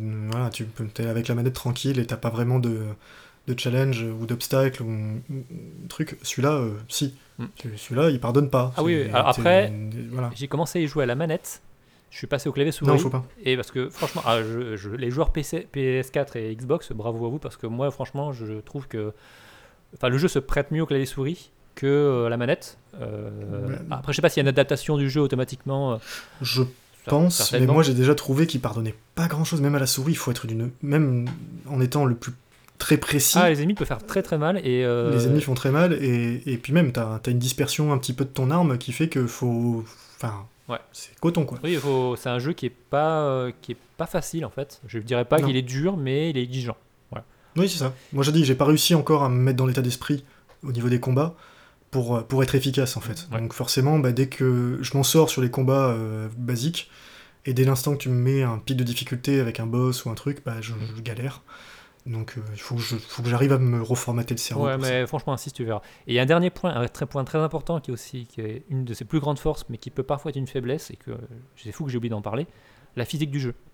S2: T'es avec la manette tranquille et t'as pas vraiment de challenge ou d'obstacle ou truc. Celui-là, si. Celui-là, il pardonne pas.
S1: Ah oui, alors après,
S2: voilà.
S1: J'ai commencé à y jouer à la manette. Je suis passé au clavier souris.
S2: Non, faut pas.
S1: Et parce que franchement, les joueurs PS4 et Xbox, bravo à vous, parce que moi, franchement, je trouve que le jeu se prête mieux au clavier souris que la manette. Après, je sais pas s'il y a une adaptation du jeu automatiquement.
S2: Je pense, mais moi j'ai déjà trouvé qu'il pardonnait pas grand-chose, même à la souris. Il faut être même en étant le plus très précis.
S1: Ah, les ennemis peuvent faire très très mal. Et
S2: les ennemis font très mal, et puis même, t'as une dispersion un petit peu de ton arme qui fait que faut... Enfin, c'est coton, quoi.
S1: Oui, c'est un jeu qui est pas facile, en fait. Je dirais pas qu'il est dur, mais il est exigeant. Voilà.
S2: Oui, c'est ça. Moi, j'ai pas réussi encore à me mettre dans l'état d'esprit au niveau des combats pour être efficace, en fait. Donc forcément, dès que je m'en sors sur les combats basiques, et dès l'instant que tu me mets un pic de difficulté avec un boss ou un truc, je galère. Donc il faut que j'arrive à me reformater le cerveau.
S1: Ouais, mais franchement, insiste, tu verras. Et il y a un dernier point, point très important qui est une de ses plus grandes forces, mais qui peut parfois être une faiblesse, et que c'est fou que j'ai oublié d'en parler, la physique du jeu.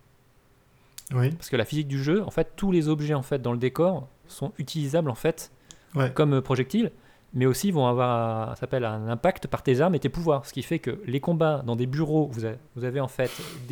S2: Oui.
S1: Parce que la physique du jeu, en fait, tous les objets en fait dans le décor sont utilisables en fait comme projectiles, mais aussi vont avoir, ça s'appelle un impact par tes armes et tes pouvoirs. Ce qui fait que les combats dans des bureaux, vous avez en fait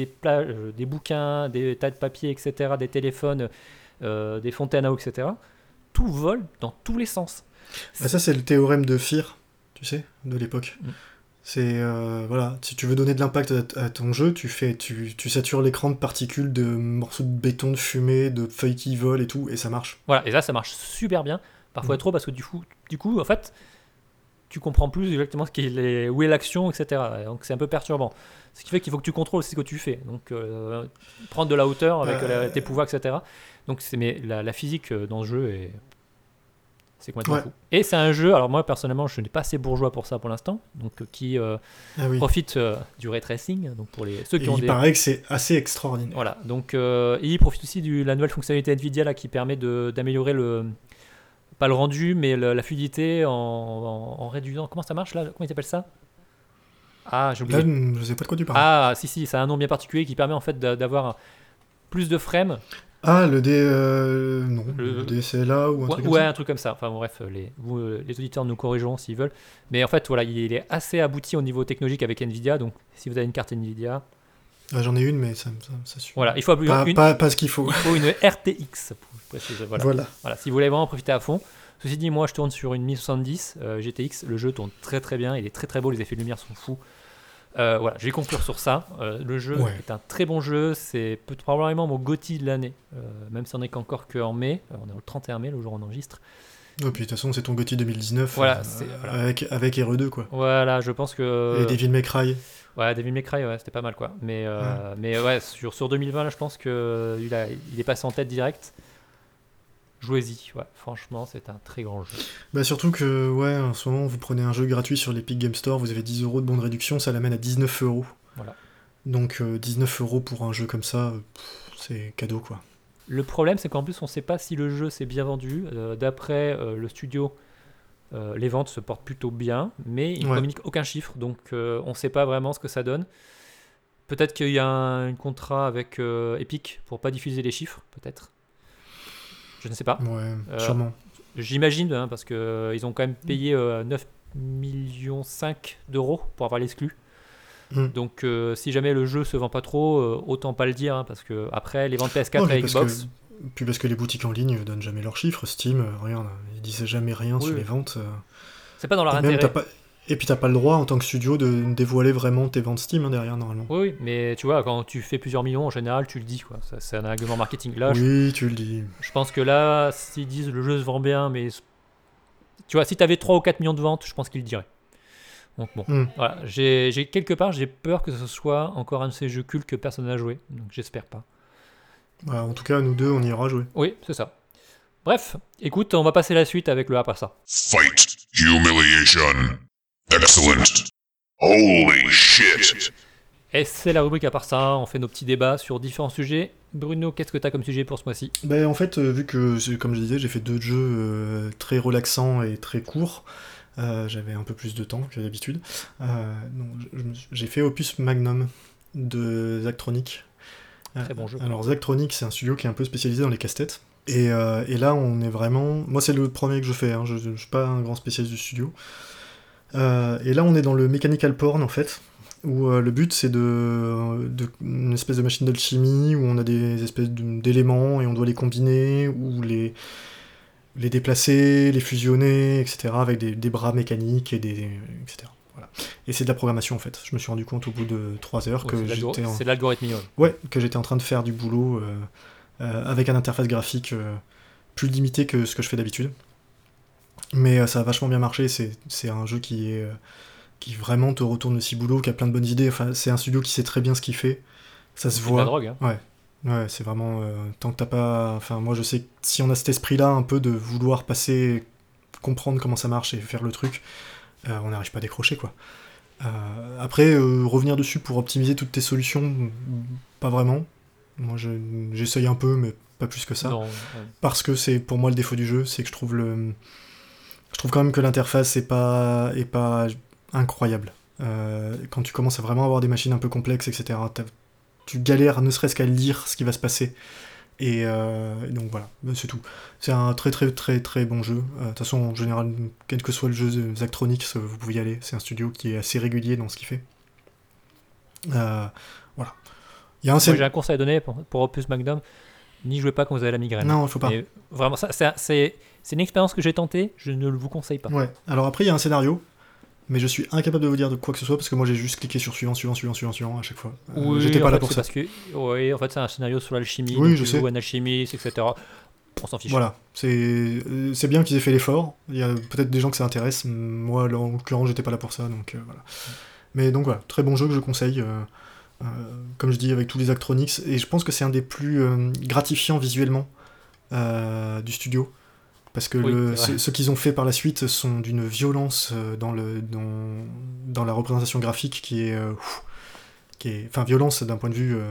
S1: des bouquins, des tas de papiers, etc., des téléphones. Des fontaines à eau, etc. Tout vole dans tous les sens.
S2: Ça, c'est le théorème de Fear, tu sais, de l'époque. C'est, voilà, si tu veux donner de l'impact à ton jeu, tu satures l'écran de particules, de morceaux de béton, de fumée, de feuilles qui volent et tout, et ça marche.
S1: Voilà, et là, ça marche super bien. Parfois trop, parce que du coup, en fait, tu comprends plus exactement où est l'action, etc. Donc c'est un peu perturbant. Ce qui fait qu'il faut que tu contrôles aussi ce que tu fais. Donc prendre de la hauteur avec tes pouvoirs, etc. Donc mais la physique dans ce jeu c'est complètement fou. Et c'est un jeu, alors moi personnellement je n'ai pas assez bourgeois pour ça pour l'instant, donc qui profite du ray tracing, donc pour ceux qui ont
S2: paraît que c'est assez extraordinaire.
S1: Voilà, donc il profite aussi de la nouvelle fonctionnalité Nvidia là, qui permet d'améliorer pas le rendu, mais la fluidité en réduisant. Comment ça marche là? Comment ils appellent ça? Ah, j'ai oublié.
S2: Là, je sais pas de quoi tu parles.
S1: Ah, si, ça a un nom bien particulier qui permet en fait d'avoir plus de frames.
S2: Ah, le DSLA ou un truc comme ça.
S1: Ouais, un truc comme ça. Enfin bref, les auditeurs nous corrigeront s'ils veulent. Mais en fait, voilà, il est assez abouti au niveau technologique avec Nvidia. Donc, si vous avez une carte Nvidia.
S2: J'en ai une, mais ça suffit.
S1: Voilà, il faut
S2: pas ce qu'il faut.
S1: Il faut une RTX. Voilà. Si vous voulez vraiment profiter à fond. Ceci dit, moi je tourne sur une 1070 GTX. Le jeu tourne très très bien. Il est très très beau. Les effets de lumière sont fous. Voilà, je vais conclure sur ça. Le jeu est un très bon jeu. C'est probablement mon GOTY de l'année. Même si on n'est qu'encore qu'en mai. On est le 31 mai, le jour où on enregistre.
S2: Et puis de toute façon, c'est ton GOTY 2019
S1: voilà,
S2: avec RE2, quoi.
S1: Voilà, je pense que...
S2: Et Devil May Cry.
S1: Ouais, Devil May Cry, c'était pas mal, quoi. Mais ouais, sur 2020, là, je pense qu'il est passé en tête direct. Jouez-y, ouais. Franchement, c'est un très grand jeu.
S2: Bah surtout que, en ce moment, vous prenez un jeu gratuit sur l'Epic Game Store, vous avez 10 € de bon de réduction, ça l'amène à 19 €.
S1: Voilà.
S2: Donc 19 € pour un jeu comme ça, c'est cadeau, quoi.
S1: Le problème, c'est qu'en plus, on sait pas si le jeu s'est bien vendu. D'après le studio, les ventes se portent plutôt bien, mais ils ne communiquent aucun chiffre, donc on sait pas vraiment ce que ça donne. Peut-être qu'il y a un contrat avec Epic pour pas diffuser les chiffres, peut-être. Je ne sais pas.
S2: Ouais, sûrement.
S1: J'imagine, parce qu'ils ont quand même payé 9,5 millions d'euros pour avoir l'exclu. Donc si jamais le jeu se vend pas trop, autant pas le dire, parce que après les ventes PS4 et Xbox...
S2: Puis parce que les boutiques en ligne donnent jamais leurs chiffres, Steam, regarde, ils disent jamais rien sur les ventes.
S1: C'est pas dans leur intérêt.
S2: Et puis t'as pas le droit en tant que studio de dévoiler vraiment tes ventes Steam derrière, normalement.
S1: Oui, mais tu vois, quand tu fais plusieurs millions, en général, tu le dis, quoi. C'est un argument marketing. Là,
S2: tu le dis.
S1: Je pense que là, s'ils disent le jeu se vend bien, mais... Tu vois, si t'avais 3 ou 4 millions de ventes, je pense qu'ils le diraient. Donc bon, voilà. Quelque part, j'ai peur que ce soit encore un de ces jeux cultes que personne n'a joué. Donc j'espère pas.
S2: Bah, en tout cas, nous deux, on ira jouer.
S1: Oui, c'est ça. Bref, écoute, on va passer la suite avec le après ça.
S3: Fight. Humiliation. Excellent. Holy shit.
S1: Et c'est la rubrique à part ça, on fait nos petits débats sur différents sujets. Bruno, qu'est-ce que t'as comme sujet pour ce mois-ci ?
S2: Ben, en fait, vu que, comme je disais, j'ai fait 2 jeux très relaxants et très courts, j'avais un peu plus de temps que d'habitude. J'ai fait Opus Magnum de Zachtronic.
S1: Très bon jeu.
S2: Alors Zachtronic, c'est un studio qui est un peu spécialisé dans les casse-têtes. Et là, on est vraiment... Moi, c'est le premier que je fais, je suis pas un grand spécialiste du studio. Et là, on est dans le mechanical porn, en fait, où le but, c'est une espèce de machine d'alchimie, où on a des espèces d'éléments, et on doit les combiner, ou les déplacer, les fusionner, etc., avec des bras mécaniques, etc. Voilà. Et c'est de la programmation, en fait. Je me suis rendu compte au bout de 3 heures que
S1: c'est de l'algorithmie.
S2: Ouais, que j'étais en train de faire du boulot avec une interface graphique plus limitée que ce que je fais d'habitude. Mais ça a vachement bien marché, c'est un jeu qui vraiment te retourne le ciboulot, qui a plein de bonnes idées, enfin, c'est un studio qui sait très bien ce qu'il fait, ça se voit.
S1: C'est de la drogue, hein.
S2: Ouais, c'est vraiment... tant que t'as pas... Enfin, moi je sais que si on a cet esprit-là, un peu de vouloir passer, comprendre comment ça marche et faire le truc, on n'arrive pas à décrocher, quoi. Après, revenir dessus pour optimiser toutes tes solutions, pas vraiment. Moi j'essaye un peu, mais pas plus que ça.
S1: Non,
S2: Parce que c'est pour moi le défaut du jeu, c'est que je trouve quand même que l'interface est pas incroyable. Quand tu commences à vraiment avoir des machines un peu complexes, etc., tu galères ne serait-ce qu'à lire ce qui va se passer. Et donc voilà, c'est tout. C'est un très très très très bon jeu. De toute façon, en général, quel que soit le jeu de Zachtronic, vous pouvez y aller. C'est un studio qui est assez régulier dans ce qu'il fait. Voilà. Moi,
S1: j'ai un conseil à donner pour Opus Magnum. N'y jouez pas quand vous avez la migraine.
S2: Non, il faut pas.
S1: Et vraiment, c'est une expérience que j'ai tentée, je ne vous conseille pas.
S2: Ouais, alors après, il y a un scénario, mais je suis incapable de vous dire de quoi que ce soit, parce que moi j'ai juste cliqué sur suivant à chaque fois.
S1: Oui,
S2: j'étais pas là pour ça.
S1: Oui, en fait, c'est un scénario sur l'alchimie,
S2: oui,
S1: donc
S2: je sais.
S1: un alchimiste, etc. On s'en fiche.
S2: Voilà, c'est bien qu'ils aient fait l'effort, il y a peut-être des gens que ça intéresse, moi en l'occurrence j'étais pas là pour ça, donc voilà. Mais donc voilà, très bon jeu que je conseille. Comme je dis, avec tous les Zachtronics, et je pense que c'est un des plus gratifiants visuellement du studio, parce que ce qu'ils ont fait par la suite sont d'une violence dans la représentation graphique qui est enfin, violence d'un point de vue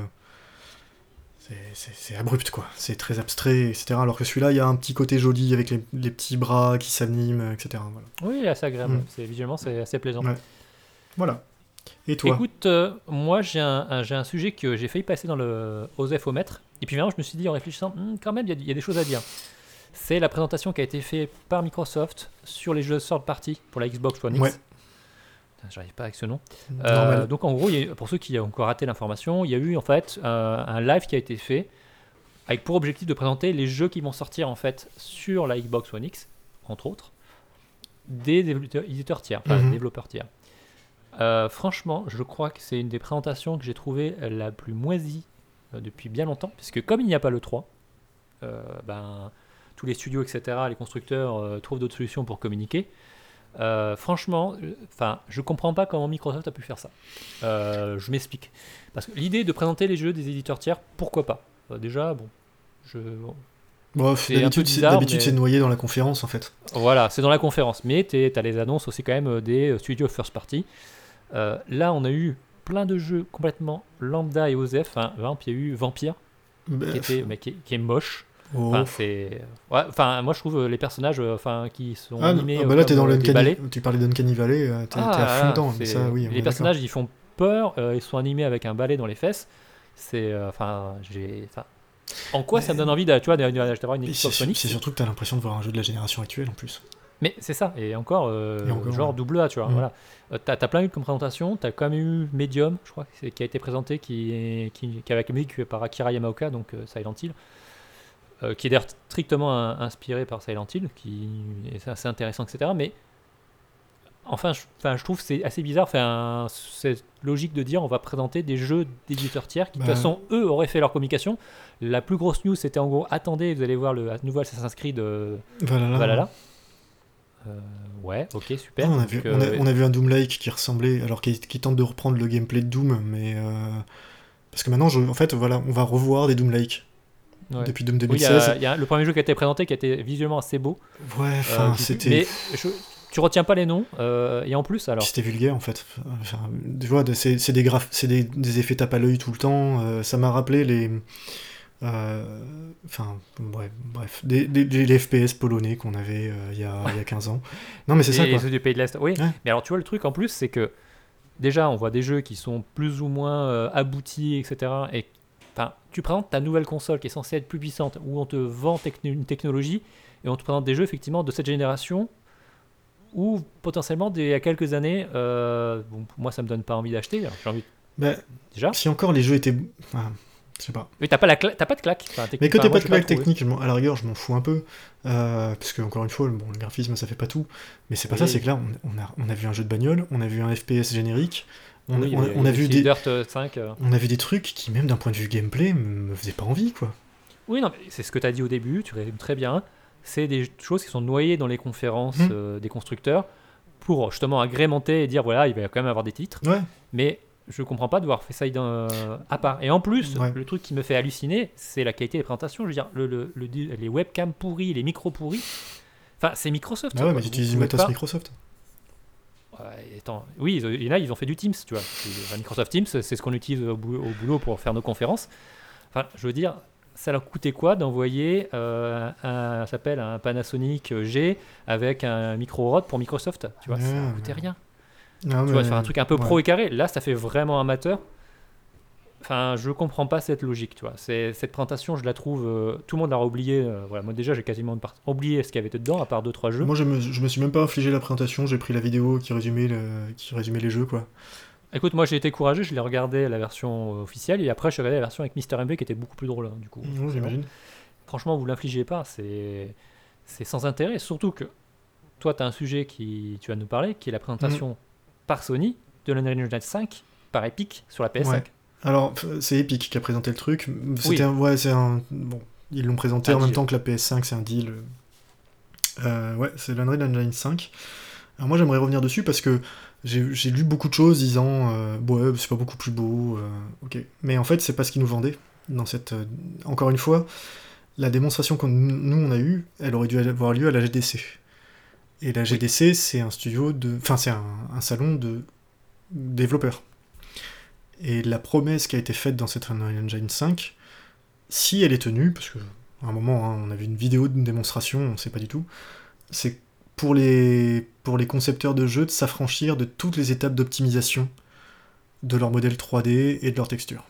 S2: c'est abrupt, quoi, c'est très abstrait, etc., alors que celui-là, il y a un petit côté joli avec les petits bras qui s'animent, etc. Voilà.
S1: Oui, assez agréable, visuellement c'est assez plaisant.
S2: Ouais. Voilà. Et toi ?
S1: Écoute, moi j'ai un sujet que j'ai failli passer dans le Osefomètre, et puis vraiment je me suis dit en réfléchissant, quand même il y a des choses à dire. C'est la présentation qui a été faite par Microsoft sur les jeux third party pour la Xbox One X.
S2: Ouais.
S1: J'arrive pas avec ce nom.
S2: Donc
S1: en gros, pour ceux qui ont encore raté l'information, il y a eu en fait un live qui a été fait avec pour objectif de présenter les jeux qui vont sortir en fait sur la Xbox One X, entre autres, des éditeurs tiers, enfin des développeurs tiers. Franchement, je crois que c'est une des présentations que j'ai trouvée la plus moisie depuis bien longtemps, puisque comme il n'y a pas le 3, tous les studios, etc., les constructeurs trouvent d'autres solutions pour communiquer. Franchement, je comprends pas comment Microsoft a pu faire ça. Je m'explique. Parce que l'idée de présenter les jeux des éditeurs tiers, pourquoi pas déjà, c'est un peu bizarre,
S2: d'habitude c'est noyé dans la conférence en fait.
S1: Voilà, c'est dans la conférence, mais t'as les annonces aussi quand même des studios first party. Là, on a eu plein de jeux complètement lambda et OSEF. Par exemple, il y a eu Vampire, qui est moche.
S2: Oh.
S1: Moi je trouve les personnages qui sont animés
S2: là t'es dans
S1: balais.
S2: Tu parlais d'Uncanny Valley, t'es à fond dedans, mais ça oui.
S1: Les personnages ils font peur, ils sont animés avec un balai dans les fesses. En quoi ça me donne envie d'avoir une équipe Sonic.
S2: C'est surtout que t'as l'impression de voir un jeu de la génération actuelle en plus.
S1: Mais c'est ça, et encore, genre double A, tu vois. Voilà. T'as plein eu comme présentation, t'as quand même eu Medium, je crois, qui a été présenté, qui avec la musique par Akira Yamaoka, donc Silent Hill. Qui est d'ailleurs strictement inspiré par Silent Hill, qui est assez intéressant, etc. Mais je trouve que c'est assez bizarre, c'est logique de dire on va présenter des jeux d'éditeurs tiers qui de toute façon eux auraient fait leur communication. La plus grosse news c'était en gros attendez, vous allez voir le nouveau Assassin's Creed Valhalla. Ouais, ok, super.
S2: On a vu un Doom-like qui ressemblait, alors qui tente de reprendre le gameplay de Doom, mais parce que maintenant on va revoir des Doom-like. Ouais. Depuis Doom 2016.
S1: Il y a le premier jeu qui a été présenté qui a été visuellement assez beau.
S2: Ouais, c'était.
S1: Mais tu retiens pas les noms, et en plus alors.
S2: C'était vulgaire en fait. Tu vois, c'est des effets tape à l'œil tout le temps. Ça m'a rappelé les. Les FPS polonais qu'on avait il y a 15 ans. Non, mais c'est ça quoi.
S1: Les jeux du Pays de l'Est, oui. Ouais. Mais alors tu vois, le truc en plus, c'est que déjà, on voit des jeux qui sont plus ou moins aboutis, etc. Et tu présentes ta nouvelle console qui est censée être plus puissante, où on te vend une technologie, et on te présente des jeux effectivement de cette génération, ou potentiellement il y a quelques années, moi ça me donne pas envie d'acheter. J'ai envie.
S2: Déjà. Si encore les jeux étaient, je sais pas.
S1: Mais t'as pas de claque.
S2: Mais côté pas de claque technique, à la rigueur, je m'en fous un peu, parce que encore une fois, le graphisme ça fait pas tout. Mais c'est pas ça, c'est que là, on a vu un jeu de bagnole, on a vu un FPS générique. On a vu des
S1: Dirt 5.
S2: On a vu des trucs qui, même d'un point de vue gameplay, me faisaient pas envie, quoi.
S1: Oui, non, mais c'est ce que tu as dit au début, tu résumes très bien. C'est des choses qui sont noyées dans les conférences des constructeurs pour justement agrémenter et dire voilà, il va quand même avoir des titres.
S2: Ouais.
S1: Mais je comprends pas d'avoir fait ça à part. Et en plus, le truc qui me fait halluciner, c'est la qualité des présentations. Je veux dire, les webcams pourris, les micros pourris. C'est Microsoft.
S2: Ah ouais, mais j'utilise du matos Microsoft.
S1: Oui, il y en a, ils ont fait du Teams, tu vois. Microsoft Teams, c'est ce qu'on utilise au boulot pour faire nos conférences. Je veux dire, ça leur coûtait quoi d'envoyer un Panasonic G avec un micro Rode pour Microsoft, tu vois, ça ne coûtait rien.
S2: Non,
S1: tu vois, faire un truc un peu pro et carré. Là, ça fait vraiment amateur. Je comprends pas cette logique, tu vois. Cette présentation, je la trouve, tout le monde l'a oublié. Moi déjà, j'ai quasiment oublié ce qu'il y avait dedans, à part 2-3 jeux.
S2: Moi, je me suis même pas infligé la présentation. J'ai pris la vidéo qui résumait les jeux, quoi.
S1: Écoute, moi j'ai été courageux, je l'ai regardé la version officielle et après je suis regardé la version avec Mister MB qui était beaucoup plus drôle, du coup.
S2: J'imagine.
S1: Franchement, vous l'infligez pas, c'est sans intérêt. Surtout que toi, tu as un sujet tu vas nous parler, qui est la présentation par Sony de l'Unreal Engine 5 par Epic sur la PS5.
S2: Ouais. Alors, c'est Epic qui a présenté le truc. Ils l'ont présenté en même temps que la PS5, c'est un deal. C'est l'Unreal Engine 5. Alors moi, j'aimerais revenir dessus parce que j'ai lu beaucoup de choses disant c'est pas beaucoup plus beau, ok. Mais en fait, c'est pas ce qu'ils nous vendaient dans cette. Encore une fois, la démonstration que nous on a eue, elle aurait dû avoir lieu à la GDC. Et la GDC, c'est un studio c'est un salon de développeurs. Et la promesse qui a été faite dans cette Unreal Engine 5, si elle est tenue, parce qu'à un moment, on a vu une vidéo d'une démonstration, on sait pas du tout, c'est pour les concepteurs de jeux de s'affranchir de toutes les étapes d'optimisation de leur modèle 3D et de leur texture.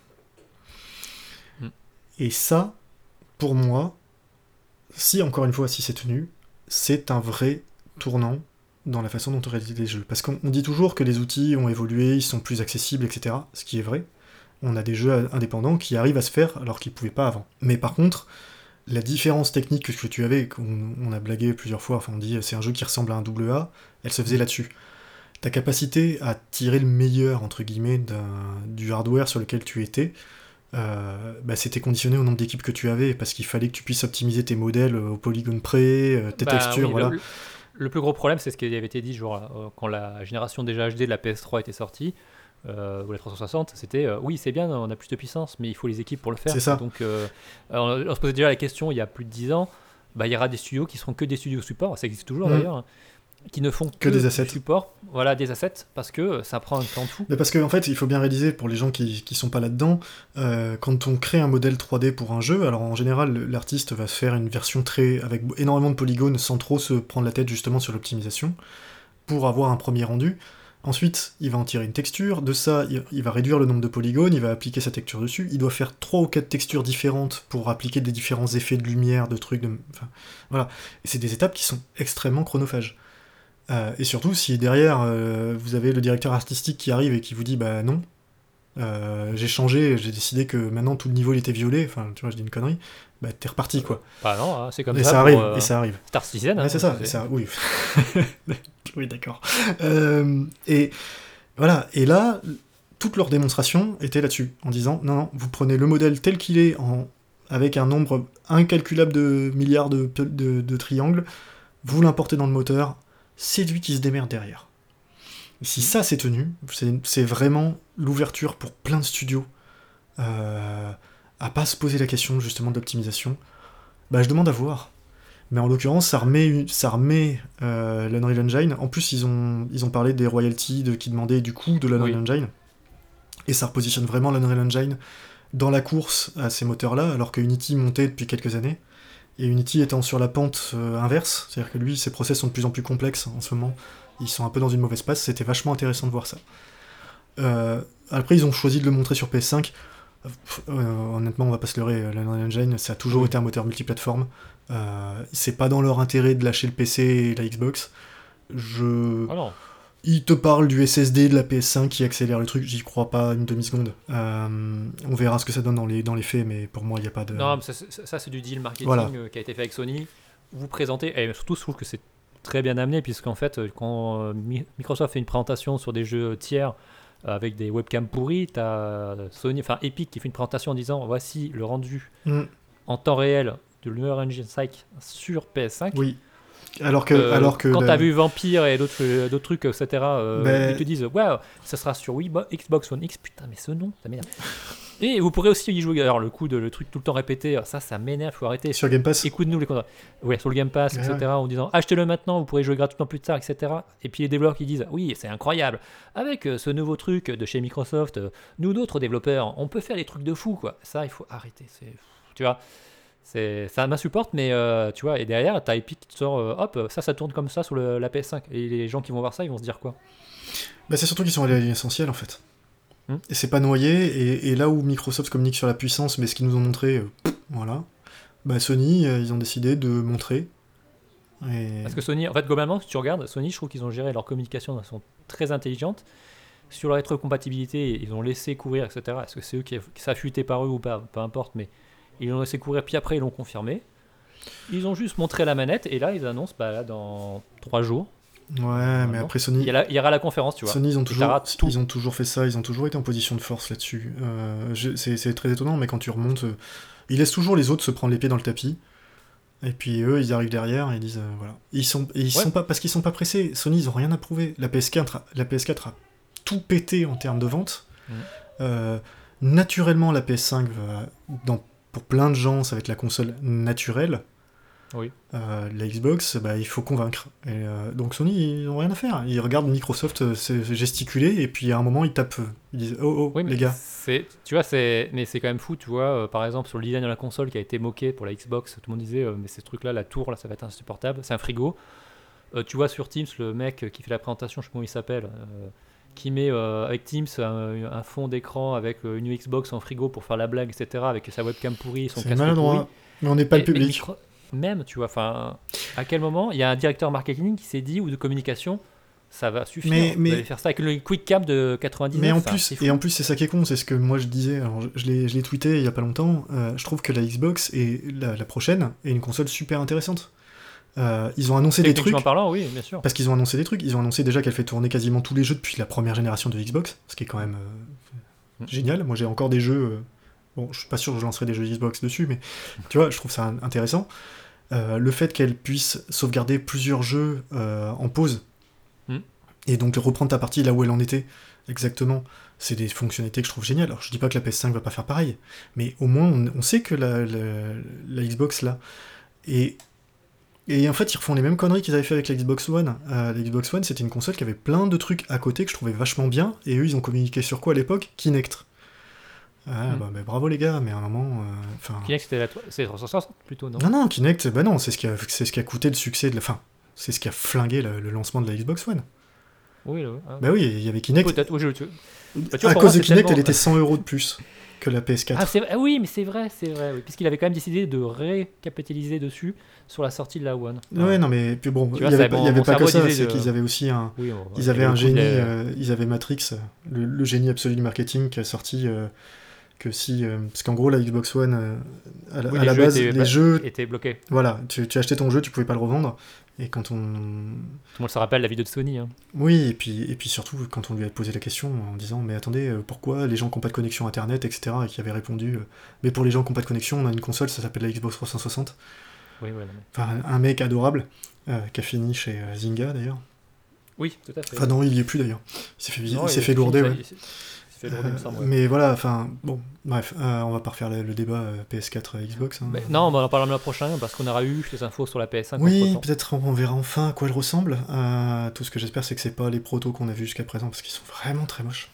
S2: Et ça, pour moi, encore une fois, si c'est tenu, c'est un vrai tournant dans la façon dont on réalise les jeux. Parce qu'on dit toujours que les outils ont évolué, ils sont plus accessibles, etc. Ce qui est vrai. On a des jeux indépendants qui arrivent à se faire alors qu'ils ne pouvaient pas avant. Mais par contre, la différence technique que tu avais, on a blagué plusieurs fois, on dit c'est un jeu qui ressemble à un AA, elle se faisait là-dessus. ta capacité à tirer le meilleur, entre guillemets, du hardware sur lequel tu étais, c'était conditionné au nombre d'équipes que tu avais, parce qu'il fallait que tu puisses optimiser tes modèles au polygone près, tes textures,
S1: oui,
S2: voilà.
S1: Le plus gros problème, c'est ce qui avait été dit quand la génération déjà HD de la PS3 était sortie, ou la 360, c'était oui, c'est bien, on a plus de puissance, mais il faut les équipes pour le faire.
S2: C'est ça.
S1: Donc, on se posait déjà la question il y a plus de 10 ans, il y aura des studios qui seront que des studios support, ça existe toujours d'ailleurs, qui ne font que
S2: des assets.
S1: du support, voilà, des assets, parce que ça prend un temps de fou.
S2: Mais parce qu'en fait, il faut bien réaliser, pour les gens qui sont pas là-dedans, quand on crée un modèle 3D pour un jeu, alors en général, l'artiste va se faire une version avec énormément de polygones, sans trop se prendre la tête justement sur l'optimisation, pour avoir un premier rendu. Ensuite, il va en tirer une texture, de ça, il va réduire le nombre de polygones, il va appliquer sa texture dessus, il doit faire 3 ou 4 textures différentes pour appliquer des différents effets de lumière, de trucs, voilà. Et c'est des étapes qui sont extrêmement chronophages. Et surtout, si derrière, vous avez le directeur artistique qui arrive et qui vous dit « Bah non, j'ai changé, j'ai décidé que maintenant tout le niveau il était violet », enfin, tu vois, je dis une connerie, bah t'es reparti, quoi.
S1: Bah non, c'est comme
S2: et
S1: ça.
S2: Ça arrive.
S1: Star Citizen.
S2: Ouais, c'est ça, oui. Oui, d'accord. Et voilà, et là, toute leur démonstration était là-dessus, en disant « Non, vous prenez le modèle tel qu'il est, avec un nombre incalculable de milliards de triangles, vous l'importez dans le moteur, c'est lui qui se démerde derrière. » Si ça c'est tenu, c'est vraiment l'ouverture pour plein de studios à pas se poser la question justement d'optimisation. Bah je demande à voir. Mais en l'occurrence, ça remet l'Unreal Engine. En plus, ils ont parlé des royalties qui demandaient du coût de l'Unreal Engine. Et ça repositionne vraiment l'Unreal Engine dans la course à ces moteurs-là, alors que Unity montait depuis quelques années. Et Unity étant sur la pente inverse, c'est-à-dire que lui, ses process sont de plus en plus complexes en ce moment, ils sont un peu dans une mauvaise passe, c'était vachement intéressant de voir ça. Après, ils ont choisi de le montrer sur PS5. Honnêtement, on va pas se leurrer, l'Unreal Engine, ça a toujours été un moteur multiplateforme. C'est pas dans leur intérêt de lâcher le PC et la Xbox. Ils te parlent du SSD de la PS5 qui accélère le truc, j'y crois pas une demi-seconde. On verra ce que ça donne dans les faits, mais pour moi, il n'y a pas de...
S1: Non, mais ça c'est du deal marketing qui a été fait avec Sony. Vous présentez, et surtout, je trouve que c'est très bien amené, puisqu'en fait, quand Microsoft fait une présentation sur des jeux tiers avec des webcams pourris, t'as Sony, enfin Epic qui fait une présentation en disant voici le rendu en temps réel de l'Unreal Engine 5 sur PS5.
S2: Oui. Alors que
S1: quand t'as vu Vampire et d'autres trucs, etc., ils te disent ouais, ça sera sur Xbox One X. Putain, mais ce nom, ça m'énerve. Et vous pourrez aussi y jouer. Alors le coup de le truc tout le temps répété, ça m'énerve, faut arrêter.
S2: Sur Game Pass.
S1: Écoute-nous les contrats. Ouais, sur le Game Pass, etc. En disant achetez-le maintenant, vous pourrez jouer gratuitement plus tard, etc. Et puis les développeurs qui disent oui, c'est incroyable. Avec ce nouveau truc de chez Microsoft, nous d'autres développeurs, on peut faire des trucs de fou, quoi. Ça, il faut arrêter. Tu vois. Ça m'insupporte, mais tu vois, et derrière, t'as Epic qui te sort, hop, ça tourne comme ça sur la PS5. Et les gens qui vont voir ça, ils vont se dire quoi ?
S2: Bah, c'est surtout qu'ils sont allés à l'essentiel, en fait. Et c'est pas noyé, et là où Microsoft communique sur la puissance, mais ce qu'ils nous ont montré, voilà. Bah, Sony, ils ont décidé de montrer.
S1: Parce que Sony, en fait, globalement, si tu regardes, Sony, je trouve qu'ils ont géré leur communication de façon très intelligente. Sur la rétrocompatibilité, ils ont laissé courir, etc. Est-ce que c'est eux qui s'affûtaient par eux ou pas ? Peu importe, mais ils l'ont laissé courir, puis après ils l'ont confirmé. Ils ont juste montré la manette, et là ils annoncent là, dans 3 jours.
S2: Ouais, mais après Sony...
S1: Il y aura la conférence, tu vois.
S2: Sony, ils ont toujours fait ça, ils ont toujours été en position de force là-dessus. C'est très étonnant, mais quand tu remontes, ils laissent toujours les autres se prendre les pieds dans le tapis, et puis eux, ils arrivent derrière et ils disent voilà. Ils sont pas, parce qu'ils sont pas pressés. Sony, ils ont rien à prouver. La PS4 a tout pété en termes de vente. Naturellement, la PS5 pour plein de gens, ça va être la console naturelle.
S1: Oui.
S2: La Xbox, il faut convaincre. Et, donc Sony, ils n'ont rien à faire. Ils regardent Microsoft gesticuler, et puis à un moment, ils tapent. Ils disent oh,
S1: oui,
S2: les gars.
S1: Tu vois, mais c'est quand même fou, tu vois. Par exemple, sur le design de la console qui a été moqué pour la Xbox, tout le monde disait mais ces trucs-là, la tour, là, ça va être insupportable. C'est un frigo. Tu vois, sur Teams, le mec qui fait la présentation, je sais pas comment il s'appelle, qui met avec Teams un fond d'écran avec une Xbox en frigo pour faire la blague, etc., avec sa webcam pourrie, son casque pourri.
S2: Mais on n'est pas le public.
S1: Même, tu vois, enfin, à quel moment il y a un directeur marketing qui s'est dit, ou de communication, ça va suffire, vous allez faire ça avec le quick cap de 99.
S2: Mais en plus, c'est ça qui est con, c'est ce que moi je disais, alors je l'ai tweeté il y a pas longtemps, je trouve que la Xbox et la prochaine est une console super intéressante. Ils ont annoncé des trucs.
S1: Techniquement parlant, oui, bien sûr.
S2: Parce qu'ils ont annoncé des trucs. Ils ont annoncé déjà qu'elle fait tourner quasiment tous les jeux depuis la première génération de Xbox, ce qui est quand même génial. Moi, j'ai encore des jeux. Bon, je suis pas sûr que je lancerai des jeux Xbox dessus, mais tu vois, je trouve ça intéressant. Le fait qu'elle puisse sauvegarder plusieurs jeux en pause, et donc reprendre ta partie là où elle en était, exactement, c'est des fonctionnalités que je trouve géniales. Alors, je dis pas que la PS5 va pas faire pareil, mais au moins, on sait que la Xbox, là, et en fait, ils refont les mêmes conneries qu'ils avaient fait avec la Xbox One. La Xbox One, c'était une console qui avait plein de trucs à côté que je trouvais vachement bien, et eux, ils ont communiqué sur quoi à l'époque ? Kinect. Bah, bravo les gars, mais à un moment...
S1: Kinect, c'est 360 plutôt, non ?
S2: Non, Kinect, bah non, c'est ce qui a coûté le succès de la... Enfin, c'est ce qui a flingué le lancement de la Xbox One.
S1: Oui,
S2: Bah oui, il y avait Kinect.
S1: Peut-être, oui,
S2: À cause de Kinect, elle était 100 € de plus que la PS4.
S1: Oui, mais c'est vrai, oui. Puisqu'il avait quand même décidé de récapitaliser dessus sur la sortie de la One.
S2: Ouais, non, mais puis bon,
S1: Tu
S2: il
S1: vois,
S2: n'y avait pas que ça, c'est
S1: de-
S2: qu'ils avaient aussi un...
S1: Oui,
S2: Ils avaient un génie, ils avaient Matrix, le génie absolu du marketing qui a sorti que si... parce qu'en gros, la Xbox One, à la base, les jeux...
S1: étaient bloqués.
S2: Voilà, tu achetais ton jeu, tu pouvais pas le revendre, et quand on...
S1: Tout le monde se rappelle la vidéo de Sony. Hein.
S2: Oui, et puis surtout, quand on lui avait posé la question en disant « Mais attendez, pourquoi les gens qui n'ont pas de connexion Internet, etc. » et qui avait répondu « Mais pour les gens qui n'ont pas de connexion, on a une console, ça s'appelle la Xbox 360. »
S1: Oui, ouais.
S2: Enfin, un mec adorable, qui a fini chez Zynga, d'ailleurs.
S1: Oui, tout à fait.
S2: Enfin non, il y est plus d'ailleurs. Il s'est fait lourder, ouais.
S1: Il s'est fait lourder, il me semble, ouais.
S2: Mais voilà, enfin, bon, bref, on va pas refaire le débat PS4 Xbox. Hein.
S1: Non, on va en parler le mois prochain parce qu'on aura eu les infos sur la PS5.
S2: Oui, peut-être on verra enfin à quoi elle ressemble. Tout ce que j'espère, c'est que c'est pas les protos qu'on a vus jusqu'à présent parce qu'ils sont vraiment très moches.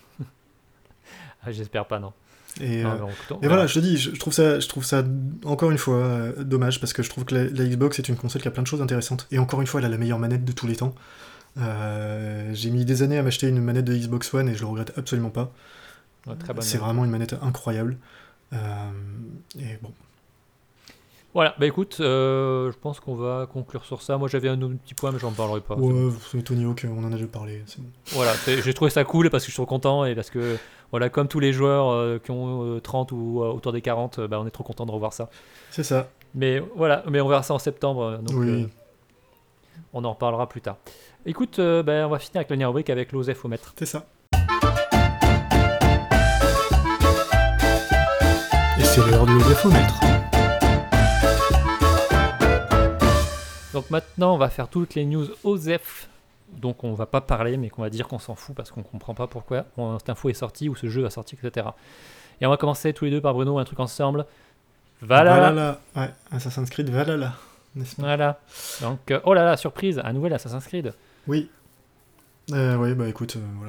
S1: J'espère pas, non.
S2: Et
S1: écoutons,
S2: voilà, je te dis, je trouve ça encore une fois dommage parce que je trouve que la Xbox est une console qui a plein de choses intéressantes et encore une fois elle a la meilleure manette de tous les temps. J'ai mis des années à m'acheter une manette de Xbox One et je le regrette absolument pas.
S1: Ouais, très bonne
S2: c'est
S1: manette.
S2: vraiment une manette incroyable. Et bon.
S1: Voilà, bah écoute, je pense qu'on va conclure sur ça. Moi j'avais un autre petit point mais j'en parlerai pas.
S2: Ouais, c'est Tony Hawk, on en a déjà parlé, c'est bon.
S1: Voilà, j'ai trouvé ça cool parce que je suis trop content et parce que voilà, comme tous les joueurs qui ont 30 ou autour des 40, bah, on est trop content de revoir ça.
S2: C'est ça.
S1: Mais voilà, mais on verra ça en septembre, donc
S2: Oui.
S1: on en reparlera plus tard. Écoute, on va finir avec le dernière rubrique avec l'osefomètre.
S2: C'est ça. Et c'est l'heure de l'osefomètre.
S1: Donc maintenant, on va faire toutes les news OSEF, donc on va pas parler, mais qu'on va dire qu'on s'en fout parce qu'on comprend pas pourquoi cette info est sortie ou ce jeu a sorti, etc. Et on va commencer tous les deux par Bruno, un truc ensemble. Valhalla.
S2: Ouais, Assassin's Creed Valhalla, n'est-ce pas ?
S1: Voilà. Donc, oh là là, surprise, un nouvel Assassin's Creed.
S2: Oui. Oui, bah écoute, voilà.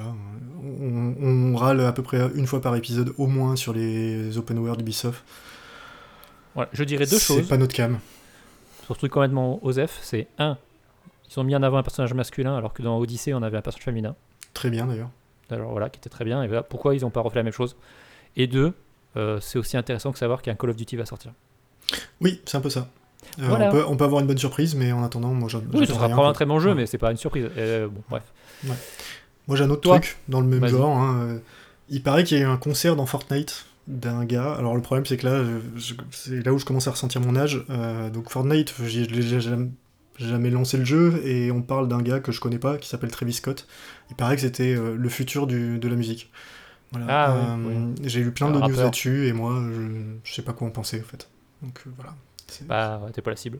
S2: On râle à peu près une fois par épisode au moins sur les open world Ubisoft.
S1: Voilà, je dirais deux choses.
S2: C'est pas notre cam.
S1: Sur ce truc complètement OSEF, c'est un, ils ont mis en avant un personnage masculin alors que dans Odyssey on avait un personnage féminin. Très
S2: bien d'ailleurs.
S1: Alors voilà, qui était très bien. Et voilà, pourquoi ils n'ont pas refait la même chose. Et deux, c'est aussi intéressant que savoir qu'un Call of Duty va sortir.
S2: Oui, c'est un peu ça.
S1: Voilà.
S2: On peut avoir une bonne surprise, mais en attendant, moi j'attends
S1: oui, ce sera probablement un très bon jeu,
S2: ouais.
S1: mais c'est pas une surprise. Bon, bref.
S2: Ouais. Moi j'ai un autre truc dans le même genre. Hein. Il paraît qu'il y a eu un concert dans Fortnite d'un gars. Alors le problème c'est que là, c'est là où je commence à ressentir mon âge. Donc Fortnite, j'ai jamais lancé le jeu et on parle d'un gars que je connais pas qui s'appelle Travis Scott. Il paraît que c'était le futur de la musique. Voilà. Oui. J'ai lu plein de news là-dessus et moi je sais pas quoi en penser en fait. Donc voilà.
S1: Bah ouais, t'es pas la cible.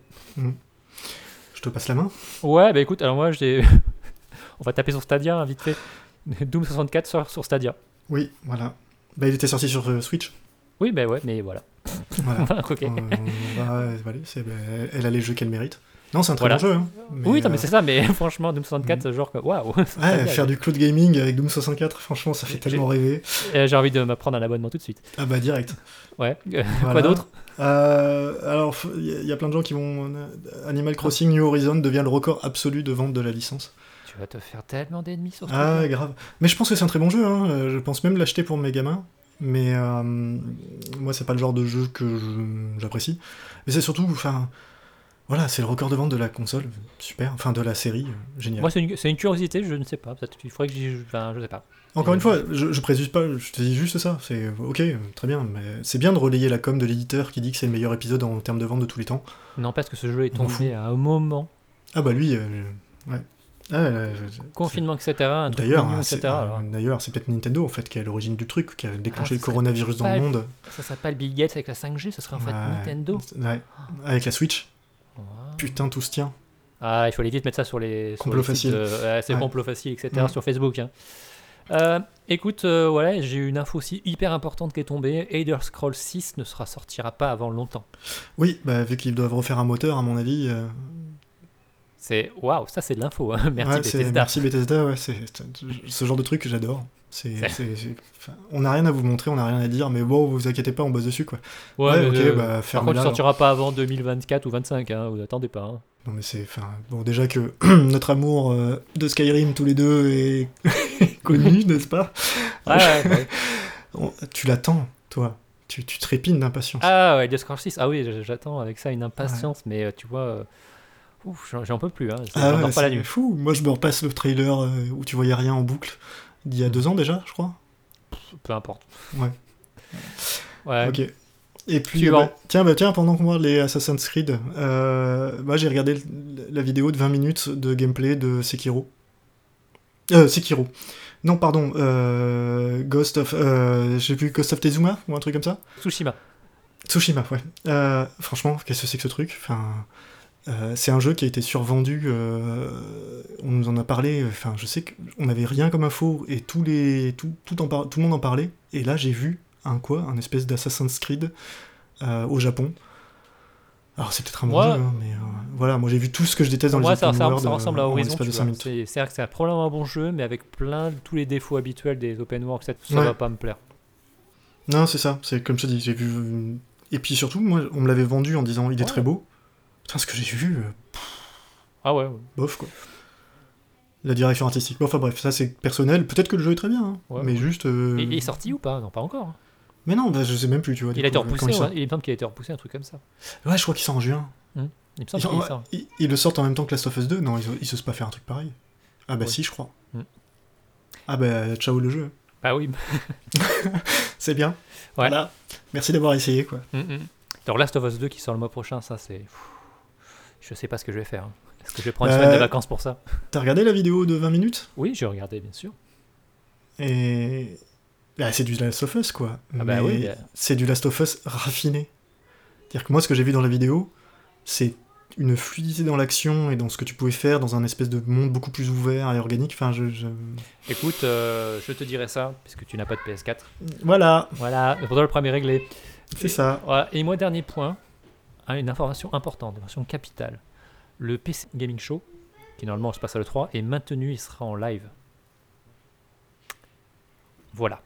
S2: Je te passe la main.
S1: Ouais, bah écoute, alors moi j'ai. On va taper sur Stadia, hein, vite fait. Doom 64 sur Stadia.
S2: Oui, voilà. Bah il était sorti sur Switch.
S1: Oui, bah ouais, mais voilà.
S2: Okay. Elle a les jeux qu'elle mérite. Non, c'est un très bon jeu. Hein,
S1: mais oui, non, mais c'est ça, mais franchement, Doom 64, genre, waouh!
S2: Faire du cloud gaming avec Doom 64, franchement, ça fait tellement rêver.
S1: J'ai envie de m'apprendre un abonnement tout de suite.
S2: Ah bah, direct.
S1: Ouais, quoi d'autre?
S2: Alors, il y a plein de gens qui vont... Animal Crossing New Horizon devient le record absolu de vente de la licence.
S1: Tu vas te faire tellement d'ennemis sur ce
S2: truc. Ah, grave. Mais je pense que c'est un très bon jeu, hein. Je pense même l'acheter pour mes gamins. Mais moi, c'est pas le genre de jeu que j'apprécie. Mais c'est surtout... Voilà, c'est le record de vente de la console, super, enfin de la série, génial.
S1: Moi, c'est une curiosité, je ne sais pas, peut-être qu'il faudrait que je sais pas.
S2: Encore une fois, je présume pas, je te dis juste ça, c'est ok, très bien, mais c'est bien de relayer la com de l'éditeur qui dit que c'est le meilleur épisode en termes de vente de tous les temps.
S1: Non, parce que ce jeu est tombé à un moment
S2: Ah bah lui, ouais.
S1: Confinement, etc. Un truc
S2: D'ailleurs,
S1: mignon,
S2: c'est,
S1: etc. alors.
S2: d'ailleurs, c'est peut-être Nintendo en fait qui est à l'origine du truc, qui a déclenché
S1: ça
S2: le
S1: serait
S2: coronavirus dans
S1: pas-
S2: le monde.
S1: Ça serait pas le Bill Gates avec la 5G, ce serait en fait
S2: Ouais.
S1: Nintendo.
S2: Ouais. Avec la Switch.
S1: Wow.
S2: Putain, tout se tient.
S1: Ah, il faut aller vite mettre ça sur les
S2: Complot
S1: sites
S2: facile.
S1: c'est
S2: Ouais.
S1: complot facile, etc.
S2: Mm.
S1: sur Facebook. Hein. Écoute, voilà, j'ai une info aussi hyper importante qui est tombée. Elder Scrolls 6 ne sortira pas avant longtemps.
S2: Oui, bah vu qu'ils doivent refaire un moteur, à mon avis.
S1: C'est waouh, ça c'est de l'info. Hein. Merci
S2: Ouais,
S1: Bethesda.
S2: merci Bethesda, ouais, c'est ce genre de truc que j'adore. Enfin, on n'a rien à vous montrer, on n'a rien à dire, mais bon, vous inquiétez pas, on bosse dessus quoi. Ouais,
S1: mais,
S2: ok, bah
S1: par
S2: fermez-la.
S1: contre, il sortira pas avant 2024 ou 25. Hein, vous attendez pas. Hein.
S2: Non mais c'est, enfin, bon déjà que notre amour de Skyrim tous les deux est connu, n'est-ce pas?
S1: Ouais.
S2: Tu l'attends, toi. Tu trépines d'impatience.
S1: Ah ouais, Elder Scrolls 6. Ah oui, j'attends avec ça une impatience, mais tu vois, ouf, j'en peux plus. Hein.
S2: Ah
S1: J'en
S2: ouais,
S1: dors pas la
S2: c'est
S1: nuit.
S2: fou. Moi, je me repasse le trailer où tu voyais rien en boucle d'il y a 2 ans déjà, je crois.
S1: Peu importe.
S2: Ouais.
S1: Ouais.
S2: Ok. Et puis,
S1: Suivant.
S2: tiens, pendant qu'on voit les Assassin's Creed, j'ai regardé la vidéo de 20 minutes de gameplay de Sekiro. Sekiro. Non, pardon. Ghost of Tezuma ou un truc comme ça.
S1: Tsushima.
S2: Tsushima, ouais. Franchement, qu'est-ce que c'est que ce truc? Enfin, c'est un jeu qui a été survendu. On nous en a parlé. Enfin, je sais qu'on n'avait rien comme info et tout le monde en parlait. Et là, j'ai vu un espèce d'Assassin's Creed au Japon. Alors, c'est peut-être un bon
S1: Ouais.
S2: jeu, hein, mais voilà, moi j'ai vu tout ce que je déteste dans
S1: Moi,
S2: les
S1: ça
S2: open world
S1: ressemble à
S2: en
S1: Horizon.
S2: l'espace
S1: Tu
S2: de
S1: vois.
S2: 5 minutes.
S1: C'est-à-dire que c'est probablement un bon jeu, mais avec tous les défauts habituels des open world, ça
S2: Ouais.
S1: va pas me plaire.
S2: Non, c'est ça, c'est comme je te dis, j'ai vu. Et puis surtout, moi, on me l'avait vendu en disant il est
S1: Ouais.
S2: très beau. Putain, ce que j'ai vu,
S1: Ah ouais.
S2: bof quoi. La direction artistique. Bon, enfin bref, ça c'est personnel. Peut-être que le jeu est très bien, hein,
S1: Ouais,
S2: mais
S1: ouais.
S2: juste.
S1: Et il est sorti ou pas? Non, pas encore. Hein.
S2: Mais non, bah, je sais même plus, tu vois. du
S1: Il a été
S2: coup,
S1: repoussé.
S2: quand il sort.
S1: Il me semble qu'il a été repoussé, un truc comme ça.
S2: Ouais, je crois qu'il sort en juin.
S1: Il me semble qu'il sort.
S2: Ils le sortent en même temps que Last of Us 2. Non, ils osent pas faire un truc pareil. Ah bah
S1: Ouais.
S2: si, je crois.
S1: Mm.
S2: Ah bah ciao le jeu.
S1: Bah oui.
S2: C'est bien.
S1: Ouais.
S2: Voilà. Merci d'avoir essayé, quoi.
S1: Alors Last of Us 2 qui sort le mois prochain, ça c'est. Je sais pas ce que je vais faire. Hein. Est-ce que je vais prendre une semaine de vacances pour ça?
S2: T'as regardé la vidéo de 20 minutes?
S1: Oui, j'ai regardé, bien sûr.
S2: Et. Bah, c'est du Last of Us, quoi.
S1: Ah bah
S2: Mais
S1: oui.
S2: c'est du Last of Us raffiné. C'est-à-dire que moi, ce que j'ai vu dans la vidéo, c'est une fluidité dans l'action et dans ce que tu pouvais faire dans un espèce de monde beaucoup plus ouvert et organique. Enfin,
S1: Écoute, je te dirai ça, puisque tu n'as pas de PS4.
S2: Voilà,
S1: Voilà, pour toi le premier réglé.
S2: c'est ça.
S1: Voilà. Et moi, dernier point, une information importante, une information capitale. Le PC Gaming Show, qui normalement se passe à l'E3, est maintenu, il sera en live. Voilà.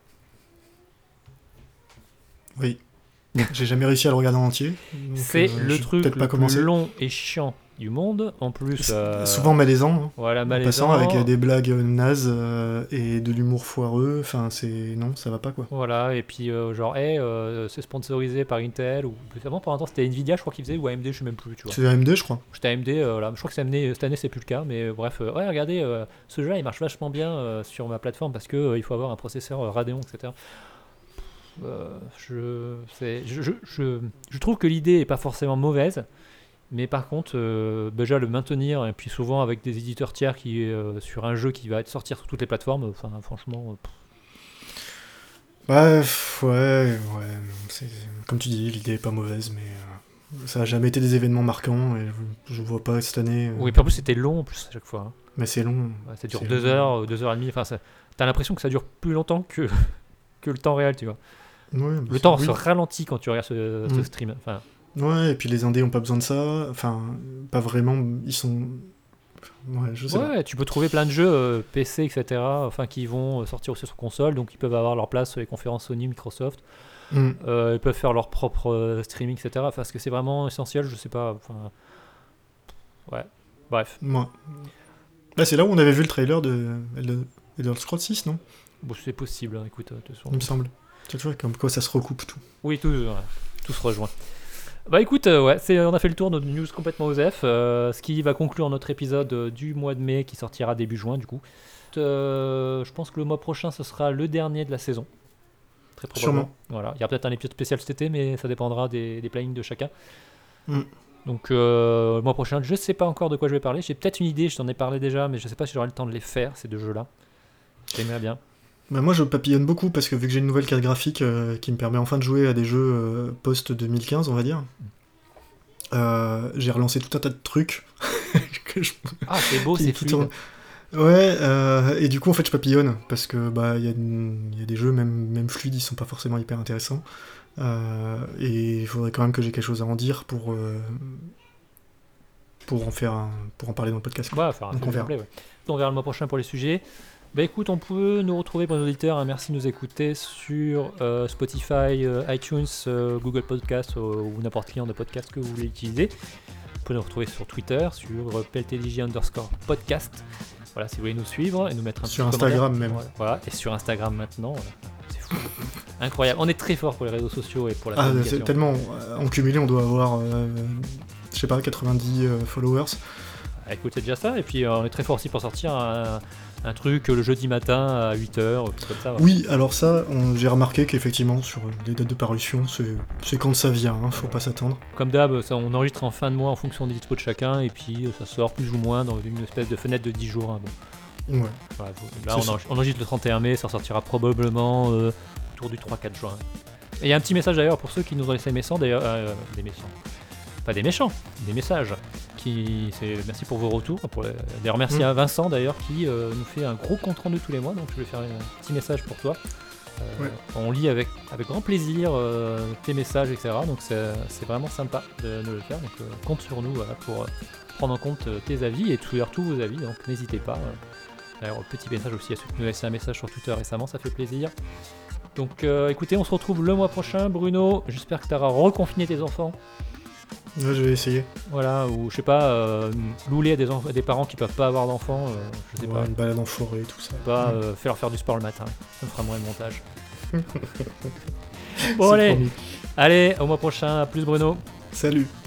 S2: Oui. J'ai jamais réussi à le regarder en entier. donc,
S1: C'est
S2: je
S1: le
S2: vais
S1: truc
S2: peut-être
S1: le
S2: pas
S1: plus
S2: commencer.
S1: long et chiant du monde. En plus,
S2: Souvent malaisant. Hein.
S1: voilà,
S2: En
S1: malaisant.
S2: passant avec des blagues nazes et de l'humour foireux. Enfin, c'est. Non, ça va pas, quoi.
S1: Voilà, et puis genre, c'est sponsorisé par Intel, ou plus avant, pendant un temps c'était Nvidia, je crois qu'ils faisaient, ou AMD, je sais même plus, tu vois.
S2: C'est AMD, je crois.
S1: J'étais AMD, là, je crois que cette année c'est plus le cas, mais bref, ouais, regardez, ce jeu-là il marche vachement bien sur ma plateforme parce que il faut avoir un processeur Radeon, etc. Je trouve que l'idée est pas forcément mauvaise, mais par contre, déjà le maintenir, et puis souvent avec des éditeurs tiers qui sur un jeu qui va sortir sur toutes les plateformes, enfin franchement.
S2: Ouais, comme tu dis, l'idée est pas mauvaise, mais ça a jamais été des événements marquants et je vois pas cette année.
S1: Oui, puis en plus c'était long en plus à chaque fois. Hein.
S2: Mais c'est long.
S1: Ouais, ça dure
S2: C'est
S1: 2
S2: long.
S1: heures, 2 heures et demie. Enfin, t'as l'impression que ça dure plus longtemps que le temps réel, tu vois.
S2: Ouais, bah,
S1: Le temps
S2: oui.
S1: se ralentit quand tu regardes ce stream. Enfin,
S2: Ouais, et puis les indés ont pas besoin de ça. Enfin, pas vraiment. Ils sont. Ouais, je sais pas.
S1: ouais, tu peux trouver plein de jeux PC, etc. Enfin, qui vont sortir aussi sur console, donc ils peuvent avoir leur place sur les conférences Sony, Microsoft.
S2: Mm.
S1: Ils peuvent faire leur propre streaming, etc. Enfin, est-ce que c'est vraiment essentiel? Je sais pas. Enfin, ouais. Bref,
S2: Ouais. Là, c'est là où on avait vu le trailer de Elder Scrolls 6, non?
S1: bon, c'est possible. Hein, écoute, de toute façon.
S2: Il me semble. Tu vois, comme quoi ça se recoupe tout.
S1: Oui, tout se rejoint. Bah écoute, ouais, on a fait le tour de nos news complètement OSEF, ce qui va conclure notre épisode du mois de mai qui sortira début juin du coup. Je pense que le mois prochain ce sera le dernier de la saison. Très probablement.
S2: Sûrement.
S1: Voilà, il y aura peut-être un épisode spécial cet été, mais ça dépendra des plannings de chacun.
S2: Mm.
S1: Donc le mois prochain, je sais pas encore de quoi je vais parler. J'ai peut-être une idée, je t'en ai parlé déjà, mais je sais pas si j'aurai le temps de les faire, ces 2 jeux-là. J'aimerais bien.
S2: Bah, moi je papillonne beaucoup parce que vu que j'ai une nouvelle carte graphique qui me permet enfin de jouer à des jeux post-2015 on va dire, j'ai relancé tout un tas de trucs que je-
S1: Ah, c'est beau,
S2: qui-
S1: c'est
S2: qui
S1: fluide.
S2: tournent. Ouais, et du coup en fait je papillonne parce que bah il y a des jeux même fluides ils sont pas forcément hyper intéressants et il faudrait quand même que j'ai quelque chose à en dire pour en parler dans le podcast.
S1: Ouais, faire un
S2: Donc
S1: truc
S2: on verra.
S1: complet, ouais. On verra le mois prochain pour les sujets. Bah écoute, on peut nous retrouver pour nos auditeurs. Hein, merci de nous écouter sur Spotify, iTunes, Google Podcast ou n'importe quel de podcast que vous voulez utiliser. Vous pouvez nous retrouver sur Twitter, sur PLTDJ_podcast. Voilà, si vous voulez nous suivre et nous mettre un
S2: Sur
S1: petit
S2: Instagram
S1: commentaire.
S2: même.
S1: Voilà, et sur Instagram maintenant. Voilà. C'est fou. Incroyable. On est très fort pour les réseaux sociaux et pour la
S2: Ah,
S1: communication.
S2: c'est tellement. En cumulé, on doit avoir, je sais pas, 90 followers.
S1: Ah, écoute, c'est déjà ça. Et puis on est très fort aussi pour sortir un truc le jeudi matin à 8h, comme ça. Voilà.
S2: Oui, alors ça, j'ai remarqué qu'effectivement, sur les dates de parution, c'est quand ça vient, hein, faut pas s'attendre.
S1: Comme d'hab, ça, on enregistre en fin de mois en fonction des dispos de chacun, et puis ça sort plus ou moins dans une espèce de fenêtre de 10 jours. Hein, bon.
S2: Ouais.
S1: Voilà, là,
S2: C'est ça.
S1: on enregistre le 31 mai, ça sortira probablement autour du 3-4 juin. Et il y a un petit message d'ailleurs pour ceux qui nous ont laissé des méchants. Pas des méchants, des messages. Merci pour vos retours. D'ailleurs, merci à Vincent d'ailleurs qui nous fait un gros compte rendu tous les mois. Donc je vais faire un petit message pour toi.
S2: Ouais.
S1: On lit avec grand plaisir tes messages, etc. Donc c'est vraiment sympa de le faire. Donc compte sur nous voilà, pour prendre en compte tes avis et tous vos avis. Donc n'hésitez pas. D'ailleurs, petit message aussi à ceux qui nous laissent un message sur Twitter récemment, ça fait plaisir. Donc écoutez, on se retrouve le mois prochain. Bruno, j'espère que tu auras reconfiné tes enfants.
S2: Ouais, je vais essayer.
S1: Voilà, ou je sais pas, louler à des parents qui peuvent pas avoir d'enfants, je sais
S2: Ouais,
S1: pas.
S2: une balade en forêt, tout ça.
S1: Pas faire du sport le matin, ça me fera moins le montage. Bon
S2: C'est
S1: allez,
S2: promis.
S1: allez, au mois prochain, à plus Bruno.
S2: Salut.